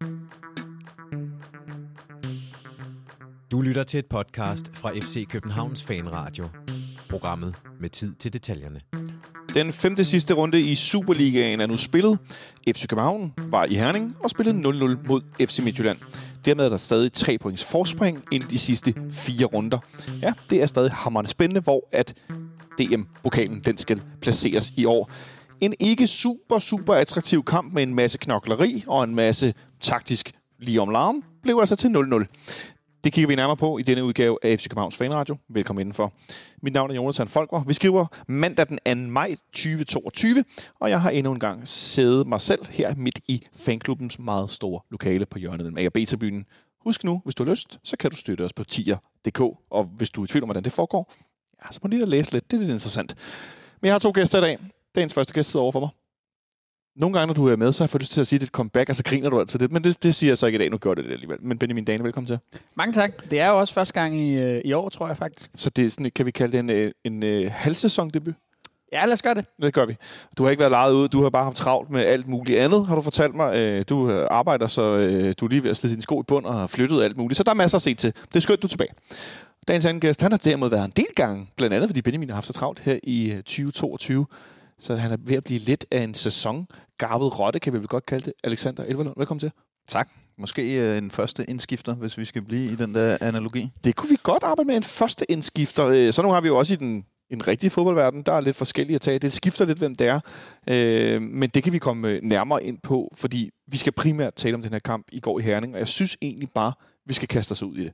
Du lytter til et podcast fra FC Københavns Fanradio. Programmet med tid til detaljerne. Den 5. sidste runde i Superligaen er nu spillet. FC København var i Herning og spillede 0-0 mod FC Midtjylland. Dermed er der stadig 3 points forspring inden de sidste 4 runder. Ja, det er stadig hamrende spændende, hvor at DM-pokalen den skal placeres i år. En ikke super attraktiv kamp med en masse knokleri og en masse taktisk lige om larm blev altså til 0-0. Det kigger vi nærmere på i denne udgave af FC Københavns Fanradio. Velkommen indenfor. Mit navn er Jonathan Folker. Vi skriver mandag den 2. maj 2022, og jeg har endnu en gang siddet mig selv her midt i fanklubbens meget store lokale på hjørnet mellem A- og B-tribunen. Husk nu, hvis du har lyst, så kan du støtte os på tier.dk, og hvis du er i tvivl om, hvordan det foregår, ja, så må du lige læse lidt. Det er lidt interessant. Men jeg har 2 gæster i dag. Dagens første gæst sidder over for mig. Nogle gange, når du er med, så har jeg fået lyst til at sige, at det er et comeback, og så griner du altid lidt. Men det siger jeg så ikke i dag. Nu gør det alligevel. Men Benjamin Dane, velkommen til. Mange tak. Det er jo også første gang i år, tror jeg faktisk. Så det er sådan, kan vi kalde det en halvsæsondebut? Ja, lad os gøre det. Det gør vi. Du har ikke været lejet ude. Du har bare haft travlt med alt muligt andet, har du fortalt mig. Du arbejder, så du er lige ved at slide dine sko i bund og har flyttet alt muligt. Så der er masser at se til. Det er skønt, du er tilbage. Dagens anden gæst, han har derimod været en del gange. Blandt andet, fordi Benjamin har haft så travlt her i 2022. Så han er ved at blive lidt af en sæson-garvet rotte, kan vi vel godt kalde det. Alexander Elverlund, velkommen til. Tak. Måske en første indskifter, hvis vi skal blive i den der analogi. Det kunne vi godt arbejde med, en første indskifter. Så nu har vi jo også i den rigtige fodboldverden. Der er lidt forskellige at tage. Det skifter lidt, hvem det er. Men det kan vi komme nærmere ind på, fordi vi skal primært tale om den her kamp i går i Herning. Og jeg synes egentlig bare, vi skal kaste os ud i det.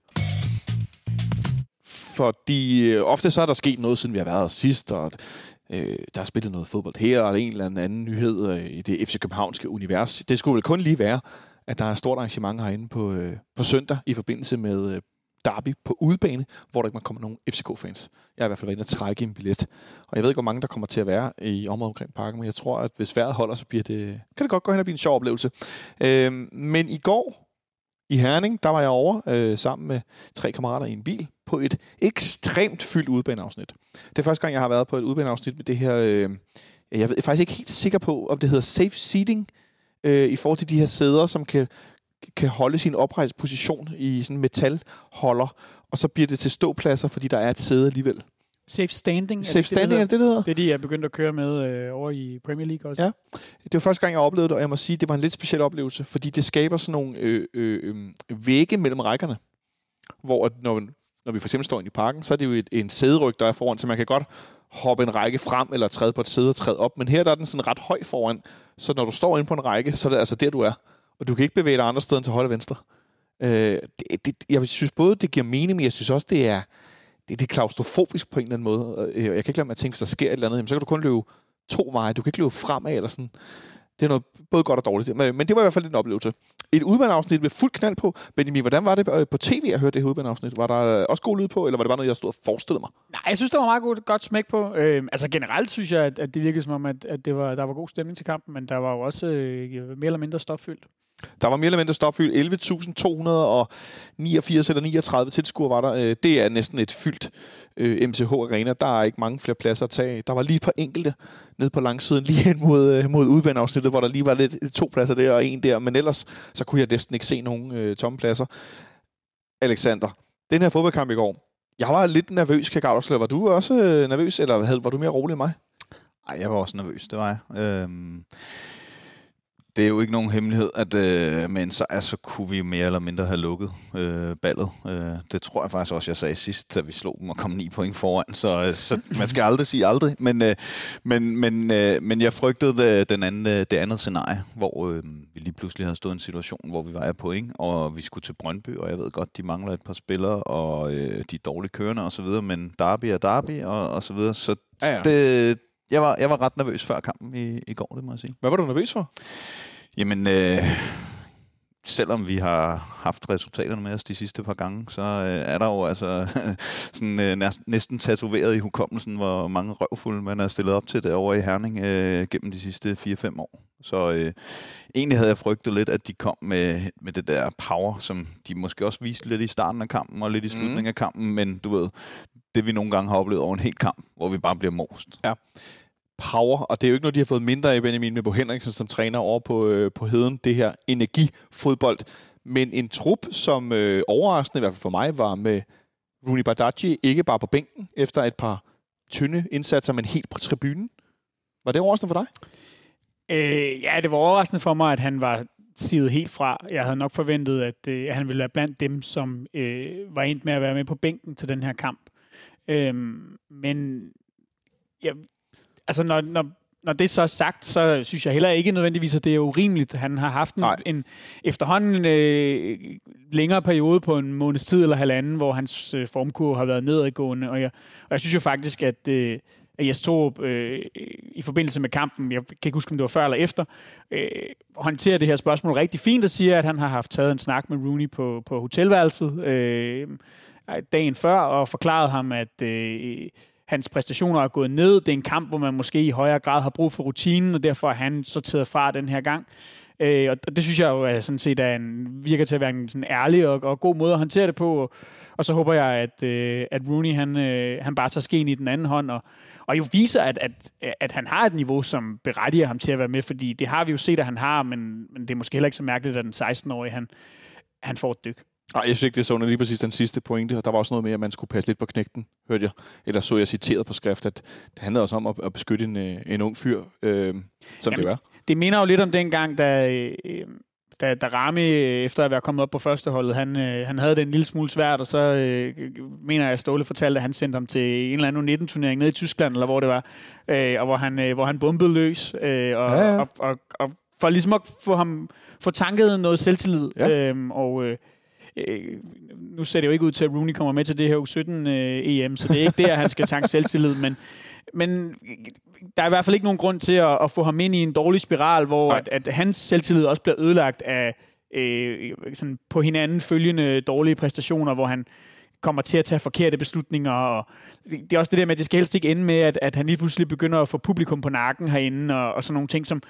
Fordi ofte så er der sket noget, siden vi har været her sidst, og der er spillet noget fodbold her, og en eller anden nyhed i det FC Københavnske univers. Det skulle vel kun lige være, at der er et stort arrangement herinde på søndag i forbindelse med derby på udebane, hvor der ikke kommer nogen FCK-fans. Jeg har i hvert fald været inde at trække en billet. Og jeg ved ikke, hvor mange der kommer til at være i området omkring parken, men jeg tror, at hvis vejret holder, så kan det godt gå hen og blive en sjov oplevelse. Men i går i Herning, der var jeg over sammen med 3 kammerater i en bil på et ekstremt fyldt udebaneafsnit. Det er første gang, jeg har været på et udebaneafsnit med det her. Jeg er faktisk ikke helt sikker på, om det hedder safe seating, i forhold til de her sæder, som kan holde sin oprejst position i sådan en metalholder, og så bliver det til ståpladser, fordi der er et sæde alligevel. Safe standing. Safe standing, er det hedder? Det er de er begyndt at køre med over i Premier League også. Ja, det var første gang, jeg oplevede det, og jeg må sige, det var en lidt speciel oplevelse, fordi det skaber sådan nogle vægge mellem rækkerne, hvor når vi for eksempel står inde i parken, så er det jo en sæderyg, der er foran, så man kan godt hoppe en række frem, eller træde på et sæde og træde op, men her der er den sådan ret høj foran, så når du står inde på en række, så er det altså der, du er, og du kan ikke bevæge dig andre steder end til højre og venstre. Jeg synes både, det giver mening, men jeg synes også, det er klaustrofobisk på en eller anden måde. Jeg kan ikke lade mig at tænke, hvis der sker et eller andet, jamen, så kan du kun løbe 2 veje. Du kan ikke løbe fremad eller sådan. Det er noget både godt og dårligt. Men det var i hvert fald en oplevelse. Et udbaneafsnit med fuld knald på. Benjamin, hvordan var det på tv at høre det her udbaneafsnit? Var der også god lyd på, eller var det bare noget, jeg stod og forestillede mig? Nej, jeg synes, der var meget godt smæk på. Altså generelt synes jeg, at det virkede som om, at der var god stemning til kampen, men der var jo også mere eller mindre stopfyldt. Der var mere eller mindre stopfyldt. 11.289 eller 39 tilskuere var der. Det er næsten et fyldt MCH Arena. Der er ikke mange flere pladser at tage. Der var lige et par enkelte nede på langsiden, lige hen mod udbaneafsnittet, hvor der lige var lidt 2 pladser der og 1 der. Men ellers så kunne jeg næsten ikke se nogen tomme pladser. Alexander, den her fodboldkamp i går. Jeg var lidt nervøs, kan jeg godt. Var du også nervøs, eller var du mere rolig end mig? Nej, jeg var også nervøs, det var jeg. Det er jo ikke nogen hemmelighed, at men så kunne vi mere eller mindre have lukket ballet. Det tror jeg faktisk også, jeg sagde sidst, da vi slog dem og kom 9 point foran. Så man skal aldrig sige aldrig. Men jeg frygtede det andet scenarie, hvor vi lige pludselig havde stået i en situation, hvor vi var af point, og vi skulle til Brøndby, og jeg ved godt, de mangler et par spillere, og de er dårligt kørende og så videre, men derby er derby og så videre. Så ja. Jeg var ret nervøs før kampen i går, det må jeg sige. Hvad var du nervøs for? Jamen, selvom vi har haft resultaterne med os de sidste par gange, så er der jo altså sådan, næsten tatoveret i hukommelsen, hvor mange røvfulde man er stillet op til derovre i Herning gennem de sidste 4-5 år. Så egentlig havde jeg frygtet lidt, at de kom med det der power, som de måske også viste lidt i starten af kampen og lidt i slutningen af kampen, men du ved, det vi nogle gange har oplevet over en hel kamp, hvor vi bare bliver most. Ja. power, og det er jo ikke noget, de har fået mindre af, Benjamin, med Bo Henriksen som træner over på Heden, det her energifodbold. Men en trup, som overraskende, i hvert fald for mig, var med Rooney Bardghji, ikke bare på bænken, efter et par tynde indsatser, men helt på tribunen. Var det overraskende for dig? Ja, det var overraskende for mig, at han var sivet helt fra. Jeg havde nok forventet, at han ville være blandt dem, som var endt med at være med på bænken til den her kamp. Men ja, altså når det så er sagt, så synes jeg heller ikke nødvendigvis, at det er urimeligt. Han har haft en efterhånden længere periode på en måneds tid eller halvanden, hvor hans formkurve har været nedadgående. Og jeg synes jo faktisk, at Jes Torup i forbindelse med kampen, jeg kan ikke huske, om det var før eller efter, håndterer det her spørgsmål rigtig fint og siger, at han har haft taget en snak med Rooney på hotelværelset dagen før og forklaret ham, at hans præstationer er gået ned. Det er en kamp, hvor man måske i højere grad har brug for rutinen, og derfor er han sorteret fra den her gang. Og det synes jeg jo sådan set virker til at være en sådan ærlig og god måde at håndtere det på. Og så håber jeg, at Rooney han bare tager skeen i den anden hånd og jo viser, at han har et niveau, som berettiger ham til at være med, fordi det har vi jo set, at han har, men det er måske heller ikke så mærkeligt, at den 16-årige han får et dyk. Jeg synes ikke, det er sådan lige præcis den sidste pointe, og der var også noget med, at man skulle passe lidt på knægten, hørte jeg. Eller så jeg citeret på skrift, at det handlede også om at beskytte en ung fyr, som det var. Det minder jo lidt om dengang, da Rami, efter at være kommet op på førsteholdet, han havde det en lille smule svært, og så mener jeg, at Ståle fortalte, at han sendte ham til en eller anden U19-turnering nede i Tyskland, eller hvor det var, og hvor han bombede løs, og for ligesom at få tanket noget selvtillid, nu ser det jo ikke ud til, at Rooney kommer med til det her U17-EM, så det er ikke der, han skal tanke selvtillid, men der er i hvert fald ikke nogen grund til at få ham ind i en dårlig spiral, hvor at hans selvtillid også bliver ødelagt af sådan på hinanden følgende dårlige præstationer, hvor han kommer til at tage forkerte beslutninger. Og det er også det der med, at det skal helst ikke ende med, at han lige pludselig begynder at få publikum på nakken herinde, og sådan nogle ting, som...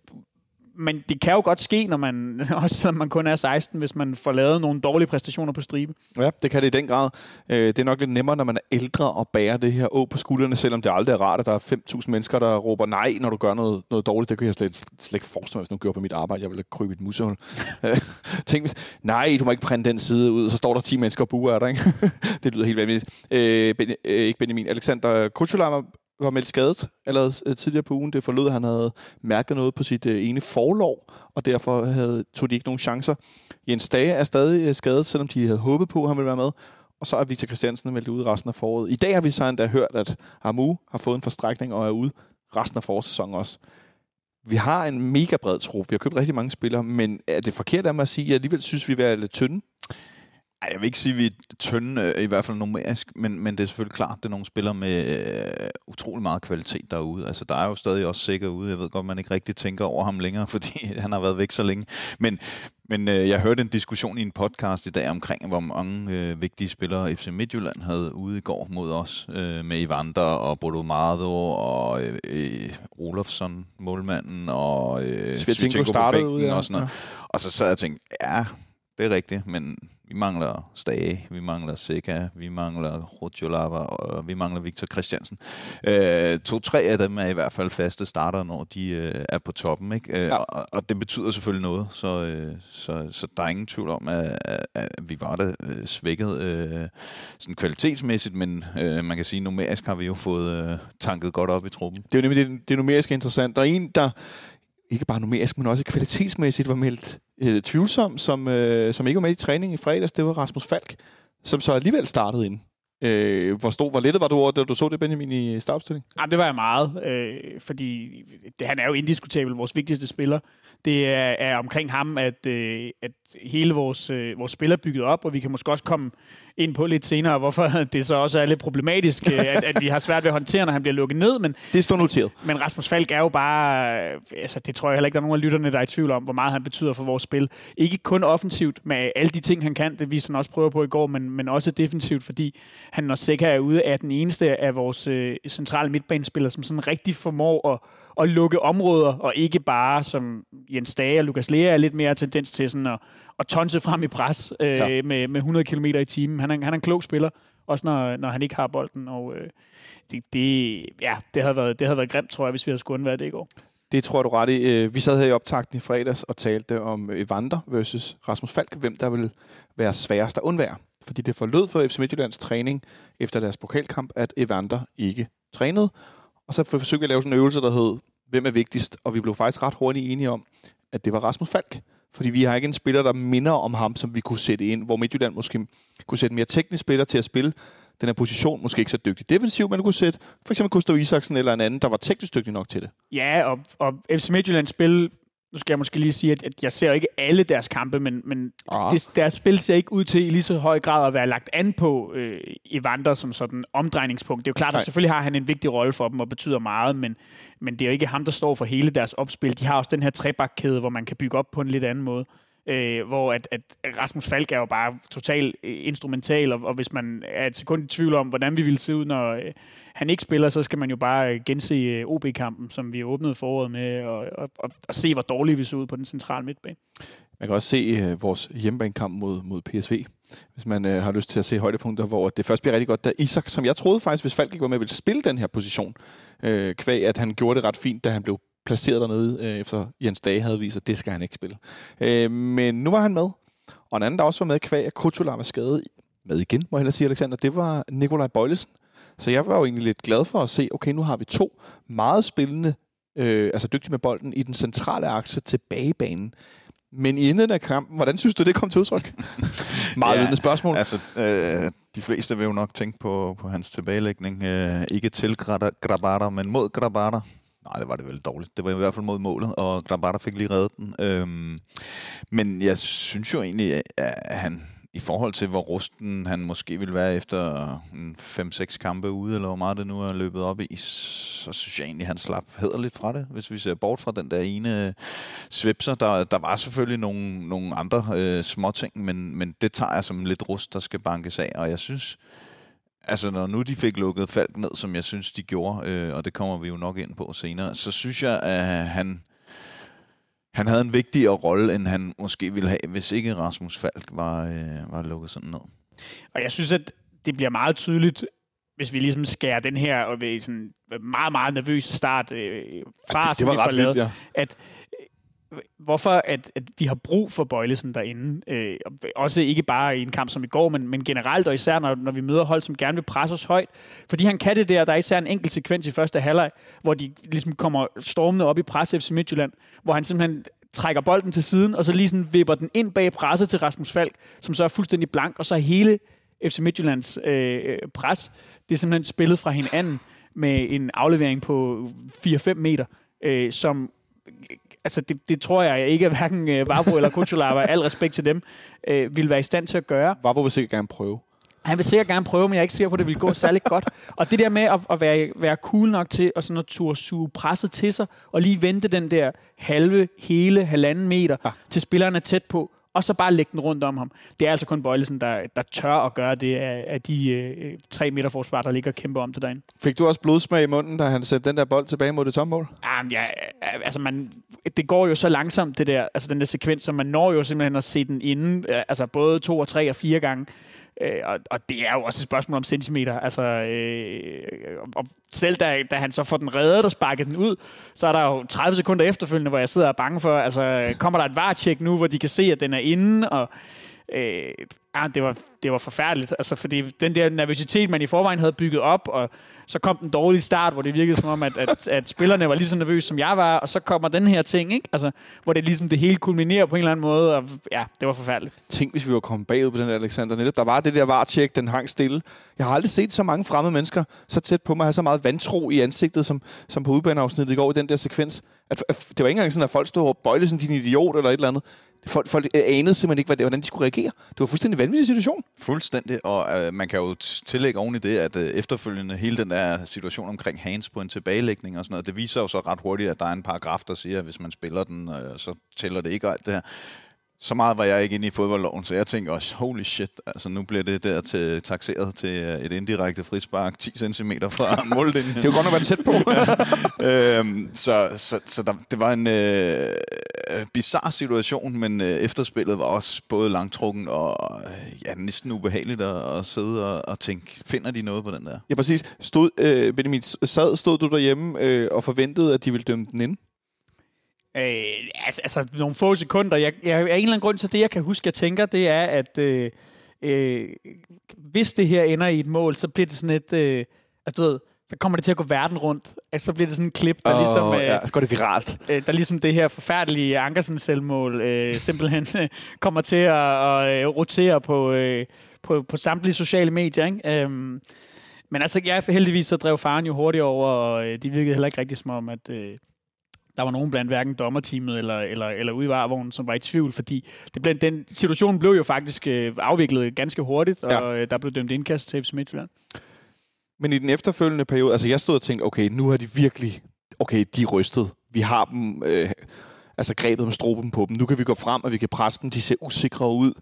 Men det kan jo godt ske, når man, også selvom man kun er 16, hvis man får lavet nogle dårlige præstationer på stribe. Ja, det kan det i den grad. Det er nok lidt nemmere, når man er ældre og bærer det her på skuldrene, selvom det aldrig er rart, at der er 5.000 mennesker, der råber nej, når du gør noget dårligt. Det kan jeg slet ikke forestille mig, hvis nu gør på mit arbejde. Jeg vil krybe i et musehul. Tænk, nej, du må ikke printe den side ud, så står der 10 mennesker og buer af dig, ikke? Det lyder helt vanvittigt. Ikke Benjamin. Alexander Kuchulama var meldt skadet allerede tidligere på ugen. Det forlod, at han havde mærket noget på sit ene forlov, og derfor tog de ikke nogen chancer. Jens Dage er stadig skadet, selvom de havde håbet på, at han ville være med. Og så er Victor Christiansen meldt ude resten af foråret. I dag har vi så endda hørt, at Hamu har fået en forstrækning og er ude resten af forårssæsonen også. Vi har en mega bred trup. Vi har købt rigtig mange spillere, men er det forkert af mig at sige, at jeg alligevel synes, vi er lidt tynde? Jeg vil ikke sige, at vi er tynde, i hvert fald numerisk, men det er selvfølgelig klart, det er nogle spillere med utrolig meget kvalitet derude. Altså, der er jo stadig også sikker ude. Jeg ved godt, man ikke rigtig tænker over ham længere, fordi han har været væk så længe. Men jeg hørte en diskussion i en podcast i dag omkring, hvor mange vigtige spillere FC Midtjylland havde ude i går mod os, med Evander og Bodo Mardo og Olofsson, målmanden, og Svirtinko startede ud, og sådan noget. Ja. Og så sad jeg og tænkte, ja, det er rigtigt, men vi mangler Stage, vi mangler Seca, vi mangler Rotjolava, og vi mangler Victor Christiansen. 2-3 af dem er i hvert fald faste starter, når de er på toppen, ikke? Ja. Og det betyder selvfølgelig noget, så der er ingen tvivl om, at vi var da svækket sådan kvalitetsmæssigt, men man kan sige, numerisk har vi jo fået tanket godt op i truppen. Det er jo nemlig det numeriske interessant. Der er en, der ikke bare numerisk, men også kvalitetsmæssigt var meldt tvivlsom, som ikke var med i træning i fredags. Det var Rasmus Falk, som så alligevel startede ind. Hvor lettet var du over, da du så det, Benjamin, i startopstilling? Ja, det var jeg meget, fordi han er jo indiskutabel vores vigtigste spiller. Det er omkring ham, at hele vores spil er bygget op, og vi kan måske også komme ind på lidt senere, hvorfor det så også er lidt problematisk, at vi har svært ved at håndtere, når han bliver lukket ned. Men det står noteret. Men Rasmus Falk er jo bare... Altså, det tror jeg heller ikke, der er nogen af lytterne, der er i tvivl om, hvor meget han betyder for vores spil. Ikke kun offensivt med alle de ting, han kan, det viste han også prøver på i går, men også defensivt, fordi han, når Seca er ude, er den eneste af vores centrale midtbanespillere, som sådan rigtig formår at lukke områder, og ikke bare, som Jens Dage og Lukas Lea er lidt mere tendens til sådan at tonse frem i pres med 100 km i timen. Han er en klog spiller, også når han ikke har bolden. Og det havde været grimt, tror jeg, hvis vi havde skulle undvære det i går. Det tror jeg, du ret i. Vi sad her i optakten i fredags og talte om Evander versus Rasmus Falk, hvem der vil være sværest at undvære. Fordi det forlød for FC Midtjyllands træning efter deres pokalkamp, at Evander ikke trænede. Og så forsøgte vi at lave sådan en øvelse, der hed, hvem er vigtigst? Og vi blev faktisk ret hurtigt enige om, at det var Rasmus Falk. Fordi vi har ikke en spiller, der minder om ham, som vi kunne sætte ind, hvor Midtjylland måske kunne sætte en mere teknisk spiller til at spille den her position, måske ikke så dygtig defensiv, men du kunne sætte for eksempel Gustav Isaksen eller en anden, der var teknisk dygtig nok til det. Ja, og FC Midtjyllands spil, nu skal jeg måske lige sige, at jeg ser ikke alle deres kampe, men deres spil ser ikke ud til i lige så høj grad at være lagt an på Evander som sådan omdrejningspunkt. Det er jo klart, at selvfølgelig har han en vigtig rolle for dem og betyder meget, men det er jo ikke ham, der står for hele deres opspil. De har også den her trebakkæde, hvor man kan bygge op på en lidt anden måde. Hvor at Rasmus Falk er jo bare totalt instrumental, og hvis man er et sekund i tvivl om, hvordan vi ville se ud, når han ikke spiller, så skal man jo bare gense OB-kampen, som vi åbnede foråret med, og se, hvor dårligt vi så ud på den centrale midtbane. Man kan også se vores hjemmebanekamp mod PSV, hvis man har lyst til at se højdepunkter, hvor det først bliver rigtig godt, da Isak, som jeg troede faktisk, hvis Falk ikke var med, ville spille den her position, kvæg at han gjorde det ret fint, da han blev placeret dernede, efter Jens Dage havde vist, at det skal han ikke spille. Men nu var han med. Og en anden, der også var med, kvæg at Kutular var skadet med igen, må jeg hellere sige, Alexander, det var Nikolaj Bøjlesen. Så jeg var jo egentlig lidt glad for at se, okay, nu har vi to meget spillende, altså dygtige med bolden i den centrale akse tilbage banen. Men i enden af kampen, hvordan synes du, det kom til udtryk? Meget ledende spørgsmål. Altså, de fleste vil jo nok tænke på hans tilbagelægning. Ikke til Grabara, men mod Grabara. Nej, det var det vel dårligt. Det var i hvert fald mod målet, og Grabara fik lige reddet den. Men jeg synes jo egentlig, at han i forhold til, hvor rusten han måske ville være efter 5-6 kampe ude, eller hvor meget det nu er løbet op i, så synes jeg egentlig, han slap hæderligt fra det, hvis vi ser bort fra den der ene svipser. Der var selvfølgelig nogle andre småting, men det tager jeg som lidt rust, der skal bankes af, og jeg synes, altså når nu de fik lukket Falk ned, som jeg synes, de gjorde, og det kommer vi jo nok ind på senere, så synes jeg, at han havde en vigtigere rolle, end han måske ville have, hvis ikke Rasmus Falk var lukket sådan ned. Og jeg synes, at det bliver meget tydeligt, hvis vi ligesom skærer den her og ved sådan meget, meget nervøse start fra, det var ret vildt, ja. At hvorfor at vi har brug for Bøjlesen derinde. Også ikke bare i en kamp som i går, men generelt, og især når vi møder hold, som gerne vil presse os højt. Fordi han kan det der er især en enkelt sekvens i første halvleg, hvor de ligesom kommer stormende op i pres FC Midtjylland, hvor han simpelthen trækker bolden til siden, og så lige sådan vipper den ind bag presset til Rasmus Falk, som så er fuldstændig blank, og så hele FC Midtjyllands pres, det er simpelthen spillet fra hinanden med en aflevering på 4-5 meter, som altså det tror jeg ikke, at hverken Vavro eller Kutular, al respekt til dem, vil være i stand til at gøre. Vavro vil sikkert gerne prøve. Han vil sikkert gerne prøve, men jeg er ikke sikker på, at det vil gå særlig godt. Og det der med at være cool nok til at sådan at turde suge presset til sig, og lige vente den der hele halvanden meter, til spillerne er tæt på, og så bare lægge den rundt om ham. Det er altså kun Bøjlesen, der tør at gøre det af de 3 meter forsvar, der ligger og kæmper om det derinde. Fik du også blodsmag i munden, da han satte den der bold tilbage mod det tomme mål? Ja, altså det går jo så langsomt, det der, altså den der sekvens, så man når jo simpelthen at se den inden, altså både 2 og 3 og 4 gange. Og det er jo også et spørgsmål om centimeter. Altså, og selv da han så får den reddet og sparket den ud, så er der jo 30 sekunder efterfølgende, hvor jeg sidder og er bange for, altså kommer der et VAR-check nu, hvor de kan se, at den er inde, og det var forfærdeligt. Altså, fordi den der nervøsitet, man i forvejen havde bygget op, og så kom den dårlige start, hvor det virkede som om, at spillerne var lige så nervøse, som jeg var, og så kommer den her ting, ikke? Altså, hvor det ligesom det hele kulminerer på en eller anden måde, og ja, det var forfærdeligt. Tænk, hvis vi var kommet bagud på den der, Alexander. Netop, der var det der VAR-check, den hang stille. Jeg har aldrig set så mange fremmede mennesker så tæt på mig, have så meget vantro i ansigtet, som på udbaneafsnittet i går i den der sekvens. Det var ikke engang sådan, at folk stod og Bøjlesen, din idiot, eller et eller andet. Folk anede simpelthen ikke, hvordan de skulle reagere. Det var fuldstændig vanvittig situation. Fuldstændig, og man kan jo tillægge oven i det, at efterfølgende hele den der situation omkring hands på en tilbagelægning og sådan noget, det viser jo så ret hurtigt, at der er en paragraf, der siger, at hvis man spiller den, så tæller det ikke alt det her. Så meget var jeg ikke inde i fodboldloven, så jeg tænker også, holy shit, altså nu bliver det der takseret til et indirekte frispark 10 cm fra mållinjen. Det var godt nok været tæt på. Så det var bizarre situation, men efterspillet var også både langtrukken og næsten ubehageligt at sidde og tænke, finder de noget på den der? Ja, præcis. Benjamin, stod du derhjemme og forventede, at de ville dømme den ind? Altså nogle få sekunder. Jeg af en eller anden grund til det, jeg kan huske, jeg tænker, det er, at hvis det her ender i et mål, så bliver det sådan et... så kommer det til at gå verden rundt. Altså, så bliver det sådan en klip, der ligesom... så går det viralt. Der ligesom det her forfærdelige Ankersen-selvmål simpelthen kommer til at rotere på samtlige sociale medier, ikke? Men altså, heldigvis så drev faren jo hurtigt over, og de virkede heller ikke rigtig som om, at der var nogen blandt hverken dommerteamet eller ude i varevognen, som var i tvivl, fordi den situation blev jo faktisk afviklet ganske hurtigt, og der blev dømt indkast til FC Midtjylland. Men i den efterfølgende periode, altså jeg stod og tænkte, okay, nu har de virkelig, de er rystet. Vi har dem, grebet med struben på dem. Nu kan vi gå frem, og vi kan presse dem. De ser usikre ud.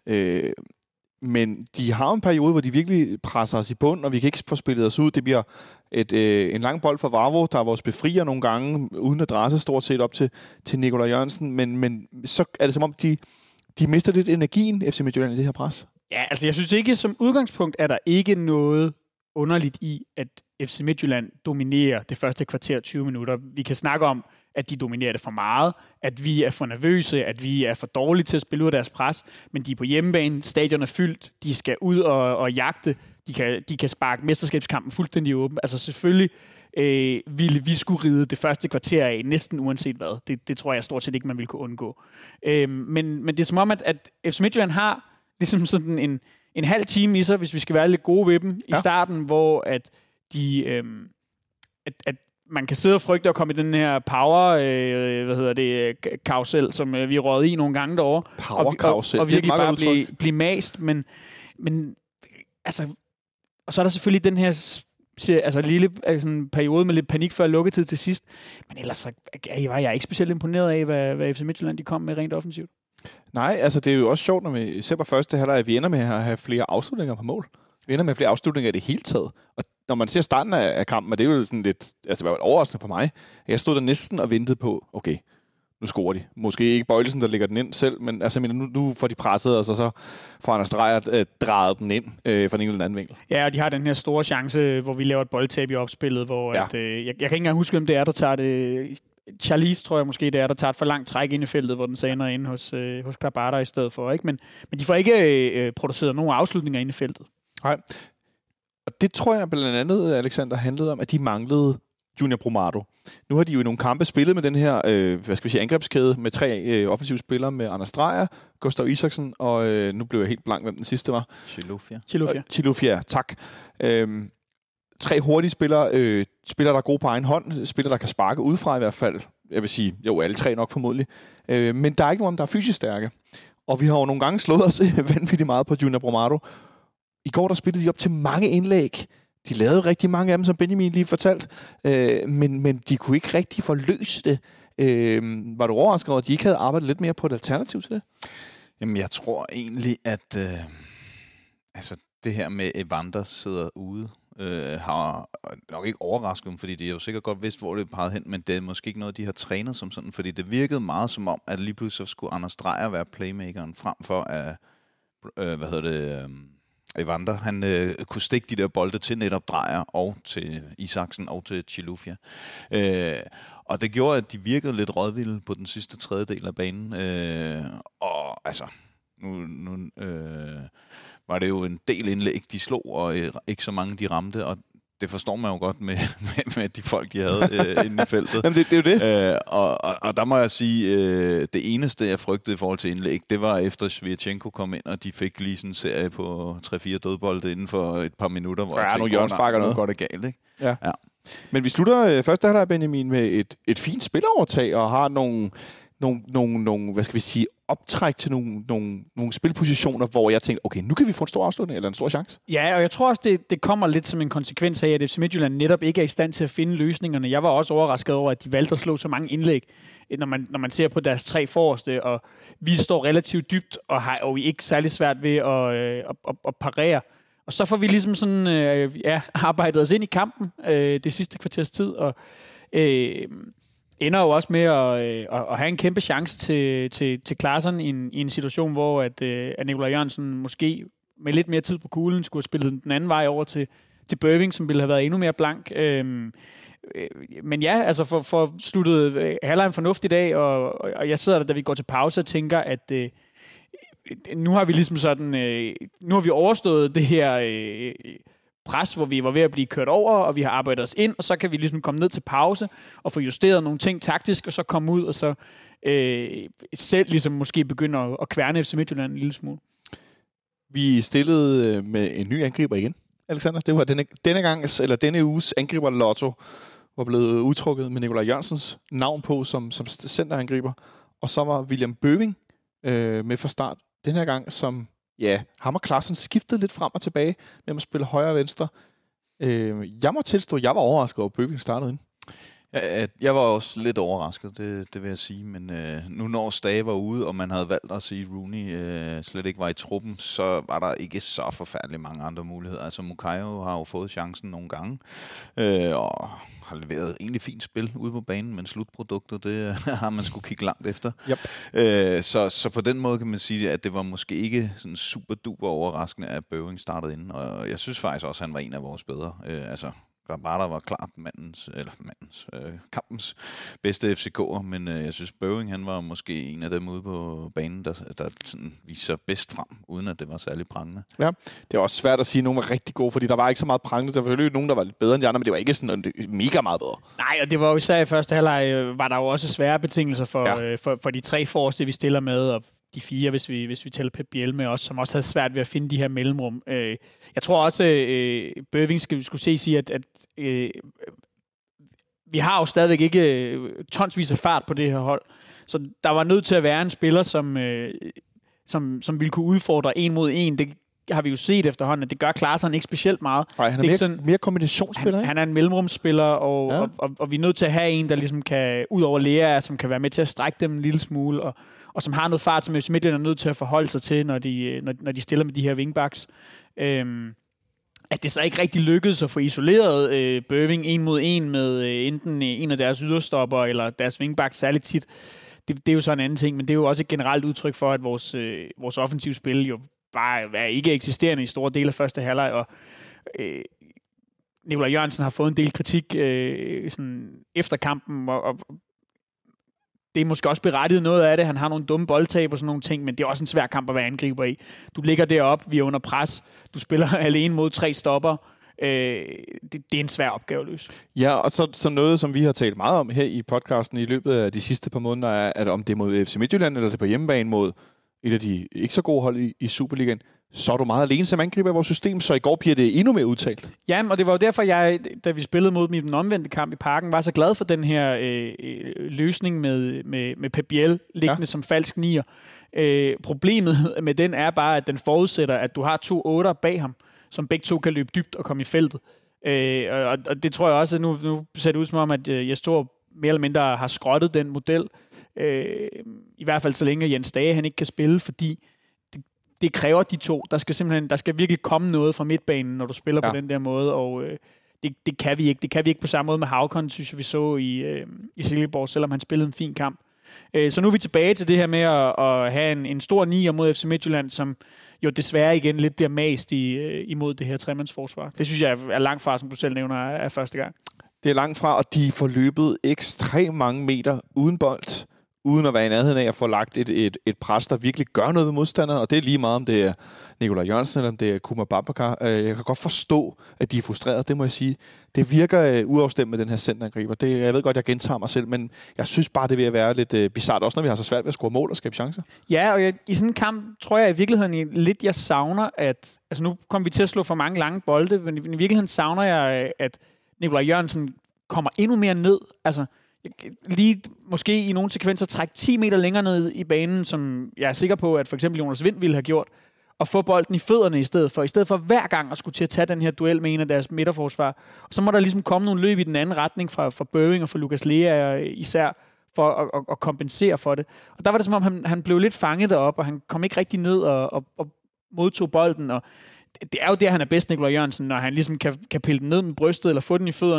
Men de har en periode, hvor de virkelig presser os i bund, og vi kan ikke få spillet os ud. Det bliver en lang bold fra Vavro, der er vores befrier nogle gange, uden adresse stort set op til Nikolaj Jørgensen. Men så er det som om, de mister lidt energien, FC Midtjylland, i det her pres. Ja, altså jeg synes ikke, som udgangspunkt er der ikke noget underligt i, at FC Midtjylland dominerer det første kvarter 20 minutter. Vi kan snakke om, at de dominerer det for meget, at vi er for nervøse, at vi er for dårlige til at spille ud af deres pres, men de er på hjemmebane, stadion er fyldt, de skal ud og jagte, de kan sparke mesterskabskampen fuldstændig åben. Altså selvfølgelig ville vi skulle ride det første kvarter af, næsten uanset hvad. Det tror jeg stort set ikke, man ville kunne undgå. Men det er som om, at FC Midtjylland har ligesom sådan en halv time i sig, hvis vi skal være lidt gode ved dem i starten, hvor at de at man kan sidde og frygte at komme i den her power karusel, som vi røget i nogle gange derovre. Power karusel. Og virkelig bare blive mast, men altså, og så er der selvfølgelig den her lille periode med lidt panik før lukketid til sidst, men ellers var jeg ikke specielt imponeret af, hvad FC Midtjylland de kom med rent offensivt. Nej, altså det er jo også sjovt, når vi ser på første halvleg, at vi ender med at have flere afslutninger på mål. Vi ender med flere afslutninger i det hele taget. Og når man ser starten af kampen, og det er jo sådan lidt, altså det var overraskende for mig. Jeg stod der næsten og ventede på, okay, nu scorer de. Måske ikke Bøjlesen, der lægger den ind selv, men altså nu får de presset, og så får Anders Dreyer drejet den ind fra en eller anden vinkel. Ja, og de har den her store chance, hvor vi laver et boldtab i opspillet, hvor jeg kan ikke engang huske, hvem det er, der tager det. Charlize, tror jeg måske, det er, der tager et for langt træk ind i feltet, hvor den så ender inde hos Karbata i stedet for. Ikke? Men de får ikke produceret nogen afslutninger inde i feltet. Nej. Og det tror jeg blandt andet, Alexander, handlede om, at de manglede Junior Brumado. Nu har de jo i nogle kampe spillet med den her angrebskæde med 3 offensive spillere med Anders Dreyer, Gustav Isaksen, og nu blev jeg helt blank, hvem den sidste var. Chilufya, tak. 3 hurtige spillere, spillere, der er gode på egen hånd, spillere, der kan sparke udefra i hvert fald. Jeg vil sige, jo, alle 3 nok formodentlig. Men der er ikke nogen, der er fysisk stærke. Og vi har jo nogle gange slået os vanvittigt meget på Junior Brumado. I går der spillede de op til mange indlæg. De lavede rigtig mange af dem, som Benjamin lige fortalte. Men de kunne ikke rigtig forløse det. Var du overrasket over, at de ikke havde arbejdet lidt mere på et alternativ til det? Jamen, jeg tror egentlig, at det her med Evander sidder ude, har nok ikke overrasket dem, fordi de har jo sikkert godt vidst, hvor det pegede hen, men det er måske ikke noget, de har trænet som sådan, fordi det virkede meget som om, at lige pludselig skulle Anders Dreyer være playmakeren, frem for at, Evander, han kunne stikke de der bolde til netop Dreyer og til Isaksen og til Chilufya. Og det gjorde, at de virkede lidt rådvilde på den sidste tredjedel af banen. Og altså, nu var det jo en del indlæg, de slog, og ikke så mange, de ramte, og det forstår man jo godt med de folk, de havde inde i feltet. Jamen, det er jo det. Og der må jeg sige, det eneste, jeg frygtede i forhold til indlæg, det var efter Svirchenko kom ind, og de fik lige sådan en serie på 3-4 dødbolde inden for et par minutter, hvor jeg tænkte, noget godt er galt, ikke? Ja. Men vi slutter første halvleg, Benjamin, med et fint spilovertag, og har nogle hvad skal vi sige, optræk til nogle spilpositioner, hvor jeg tænkte, okay, nu kan vi få en stor afslutning, eller en stor chance. Ja, og jeg tror også, det kommer lidt som en konsekvens af, at FC Midtjylland netop ikke er i stand til at finde løsningerne. Jeg var også overrasket over, at de valgte at slå så mange indlæg, når man ser på deres 3 forreste, og vi står relativt dybt, og har jo ikke særlig svært ved at parere. Og så får vi ligesom sådan, arbejdet os ind i kampen det sidste kvarters tid, og ender jo også med at have en kæmpe chance til Klaasen i en situation, hvor at Nikolaj Jørgensen måske med lidt mere tid på kuglen skulle have spillet den anden vej over til Bøving, som ville have været endnu mere blank. Men ja, altså for sluttet halvleg fornuft i dag, og jeg sidder der, da vi går til pause og tænker, at nu har vi ligesom sådan, nu har vi overstået det her pres, hvor vi var ved at blive kørt over, og vi har arbejdet os ind, og så kan vi ligesom komme ned til pause og få justeret nogle ting taktisk, og så komme ud og så selv ligesom måske begynde at kværne FC Midtjylland en lille smule. Vi stillede med en ny angriber igen, Alexander. Det var denne uges angriber Lotto var blevet udtrukket med Nikolaj Jørgensens navn på som centerangriber, og så var William Bøving med fra start den her gang, som ham og Klaasen skiftede lidt frem og tilbage med at spille højre og venstre. Jeg må tilstå, at jeg var overrasket over, at Bøving startede ind. Jeg var også lidt overrasket, det vil jeg sige, men nu når Stage var ude, og man havde valgt at sige, at Rooney slet ikke var i truppen, så var der ikke så forfærdeligt mange andre muligheder. Altså Mukayo har jo fået chancen nogle gange, og har leveret egentlig fint spil ude på banen, men slutproduktet, det har man skulle kigge langt efter. Yep. Så på den måde kan man sige, at det var måske ikke sådan super duper overraskende, at Bøving startede ind, og jeg synes faktisk også, at han var en af vores bedre. Grabara var klart kampens bedste FCK'er, men jeg synes Bøving, han var måske en af dem ude på banen, der sådan viser bedst frem, uden at det var særlig prangende. Ja, det er også svært at sige, at nogen var rigtig gode, fordi der var ikke så meget prangende. Der var selvfølgelig nogen, der var lidt bedre end de andre, men det var ikke sådan mega meget bedre. Nej, og det var jo især i første halvleg, var der jo også svære betingelser for de tre forreste, vi stiller med, og de fire, hvis vi tæller Pep Biel med os, som også havde svært ved at finde de her mellemrum. Jeg tror også, Bøving skulle sige, at vi har jo stadigvæk ikke tonsvis af fart på det her hold. Så der var nødt til at være en spiller, som ville kunne udfordre en mod en. Det har vi jo set efterhånden, at det gør Klaasen ikke specielt meget. Nej, han er mere kombinationsspiller, han er en mellemrumsspiller, og vi er nødt til at have en, der ligesom kan, ud over Lea, som kan være med til at strække dem en lille smule, og som har noget fart, som FC Midtjylland er nødt til at forholde sig til, når de stiller med de her wingbacks. At det så ikke rigtig lykkedes at få isoleret Bøving en mod en med enten en af deres yderstopper eller deres wingbacks særligt tit. Det er jo så en anden ting, men det er jo også et generelt udtryk for, at vores offensive spil jo bare er ikke eksisterende i store dele af første halvleg, og Nikolaj Jørgensen har fået en del kritik sådan efter kampen, og det er måske også berettiget noget af det. Han har nogle dumme boldtab og sådan nogle ting, men det er også en svær kamp at være angriber i. Du ligger deroppe, vi er under pres, du spiller alene mod 3 stopper. Det er en svær opgave at løse. Ja, og så noget, som vi har talt meget om her i podcasten i løbet af de sidste par måneder, er, at om det er mod FC Midtjylland, eller det er på hjemmebane mod et af de ikke så gode hold i Superligaen, så er du meget alene som angriber i vores system, så i går bliver det endnu mere udtalt. Ja, og det var jo derfor, da vi spillede mod dem i den omvendte kamp i Parken, var så glad for den her løsning med Pep Biel liggende som falsk nier. Problemet med den er bare, at den forudsætter, at du har 2 8'er bag ham, som begge to kan løbe dybt og komme i feltet. Og det tror jeg også, at nu ser det ud som om, at Jes Torup mere eller mindre har skrottet den model. I hvert fald så længe Jens Stage han ikke kan spille, fordi det kræver de to. Der skal virkelig komme noget fra midtbanen, når du spiller på den der måde, og det kan vi ikke. Det kan vi ikke på samme måde med Haucon, synes jeg, vi så i Silkeborg, selvom han spillede en fin kamp. Så nu er vi tilbage til det her med at have en stor nier mod FC Midtjylland, som jo desværre igen lidt bliver mast imod det her tremandsforsvar. Det synes jeg er langt fra, som du selv nævner, er første gang. Det er langt fra, og de får løbet ekstremt mange meter uden bold, uden at være i nærheden af at få lagt et pres, der virkelig gør noget ved modstanderen, og det er lige meget, om det er Nikolaj Jørgensen, eller om det er Kuma Babacar. Jeg kan godt forstå, at de er frustrerede, det må jeg sige. Det virker uafstemt med den her centerangriber. Jeg ved godt, jeg gentager mig selv, men jeg synes bare, det vil være lidt bizarrt, også når vi har så svært ved at score mål og skabe chancer. Ja, og i sådan en kamp, tror jeg i virkeligheden lidt, jeg savner, at altså nu kommer vi til at slå for mange lange bolde, men i virkeligheden savner jeg, at Nikolaj Jørgensen kommer endnu mere ned, altså lige måske i nogle sekvenser trække 10 meter længere ned i banen, som jeg er sikker på, at for eksempel Jonas Wind ville have gjort, og få bolden i fødderne i stedet for hver gang at skulle til at tage den her duel med en af deres midterforsvar. Og så må der ligesom komme nogle løb i den anden retning fra Bøving og fra Lukas Lea især, for at kompensere for det. Og der var det som om, han blev lidt fanget deroppe, og han kom ikke rigtig ned og modtog bolden, og det er jo der, han er bedst, Nikolaj Jørgensen, når han ligesom kan pille den ned med brystet, eller få den i fødderne.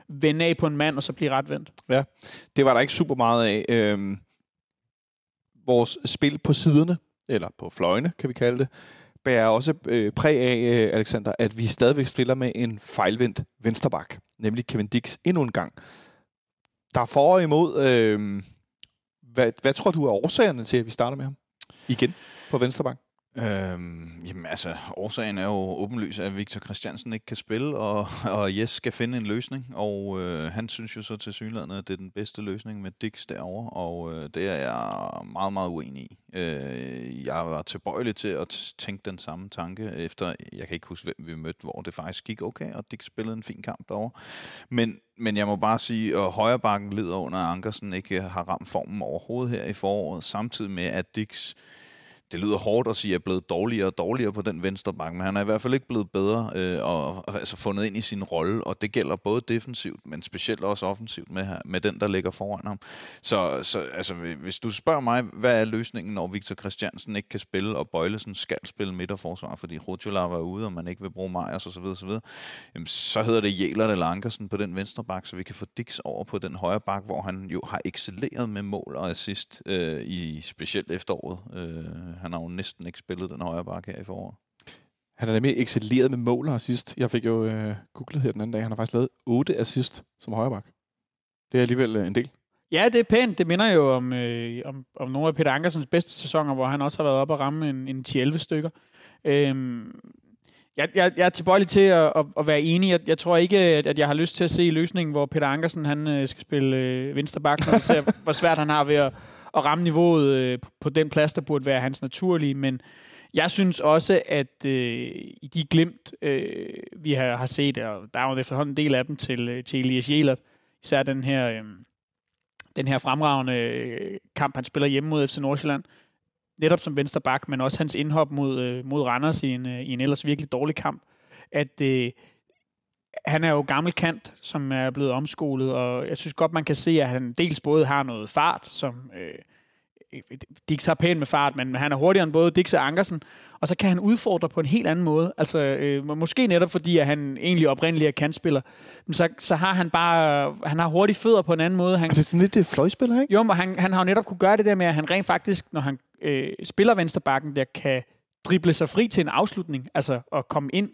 vende af på en mand, og så blive retvendt. Ja, det var der ikke super meget af. Vores spil på siderne, eller på fløjene, kan vi kalde det, bærer også præg af, Alexander, at vi stadigvæk spiller med en fejlvendt vensterbak, nemlig Kevin Dix endnu en gang. Der er for og imod. Hvad tror du er årsagerne til, at vi starter med ham igen på vensterbak? Jamen altså, årsagen er jo åbenlyst, at Victor Christiansen ikke kan spille, og Jes skal finde en løsning, og han synes jo så til synligheden, at det er den bedste løsning med Dix derovre, og det er jeg meget, meget uenig i. Jeg var tilbøjelig til at tænke den samme tanke, efter, jeg kan ikke huske, hvem vi mødte, hvor det faktisk gik okay, og Dix spillede en fin kamp derovre. Men jeg må bare sige, at højrebakken lider under, at Ankersen ikke har ramt formen overhovedet her i foråret, samtidig med, at Dix, det lyder hårdt at sige, at jeg er blevet dårligere og dårligere på den venstre bakke, men han er i hvert fald ikke blevet bedre og altså fundet ind i sin rolle, og det gælder både defensivt, men specielt også offensivt med den, der ligger foran ham. Så altså, hvis du spørger mig, hvad er løsningen, når Victor Christiansen ikke kan spille, og Bøjlesen skal spille midterforsvar, fordi Rutjola var ude, og man ikke vil bruge Meyers osv., jamen, så hedder det Jæler eller Ankersen på den venstre bakke, så vi kan få Dix over på den højre bakke, hvor han jo har excelleret med mål og assist i specielt efteråret. Han har jo næsten ikke spillet den højre bakke her i foråret. Han er nemlig excelleret med mål og assist. Jeg fik jo googlet her den anden dag. Han har faktisk lavet 8 assist som højre bak. Det er alligevel en del. Ja, det er pænt. Det minder jo om nogle af Peter Ankersens bedste sæsoner, hvor han også har været oppe og ramme en 10-11 stykker. Jeg er tilbøjelig til at være enig. Jeg tror ikke, at jeg har lyst til at se løsningen, hvor Peter Ankersen han skal spille venstre bak, når vi ser, hvor svært han har ved at ramme niveauet på den plads, der burde være hans naturlige. Men jeg synes også, at i de glimt, vi har set, og der er jo efterhånden en del af dem til Elias Jæler, især den her fremragende kamp, han spiller hjemme mod FC Nordsjælland, netop som venstre bak, men også hans indhop mod Randers i en ellers virkelig dårlig kamp, at han er jo gammel kant, som er blevet omskolet, og jeg synes godt, man kan se, at han dels både har noget fart, som Dix har pænt med fart, men han er hurtigere end både Dix og Ankersen, og så kan han udfordre på en helt anden måde. Altså, måske netop fordi, at han egentlig oprindeligt er kantspiller, men så har han bare, han har hurtige fødder på en anden måde. Det er sådan lidt fløjspiller, ikke? Jo, men han har jo netop kunne gøre det der med, at han rent faktisk, når han spiller venstrebakken, der kan drible sig fri til en afslutning, altså at komme ind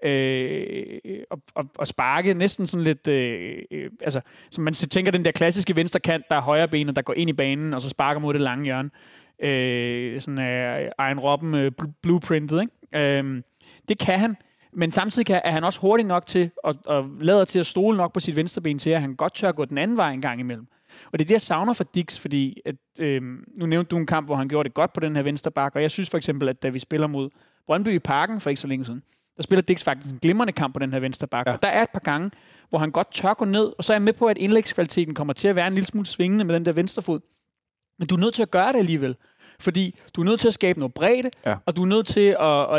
og sparke næsten sådan lidt, altså, som man tænker den der klassiske venstre kant, der er højre benet, der går ind i banen, og så sparker mod det lange hjørne. Sådan Arjen Robben blueprintet, ikke? Det kan han, men samtidig er han også hurtig nok til, og lader til at stole nok på sit venstre ben til, at han godt tør gå den anden vej en gang imellem. Og det er det, jeg savner for Dix, fordi at, nu nævnte du en kamp, hvor han gjorde det godt på den her venstre bakke, og jeg synes for eksempel, at da vi spiller mod Brøndby i Parken for ikke så længe siden, der spiller Dix faktisk en glimrende kamp på den her venstre bakke. Ja. Og der er et par gange, hvor han godt tør gå ned, og så er jeg med på, at indlægskvaliteten kommer til at være en lille smule svingende med den der venstre fod. Men du er nødt til at gøre det alligevel. Fordi du er nødt til at skabe noget bredde, og du er nødt til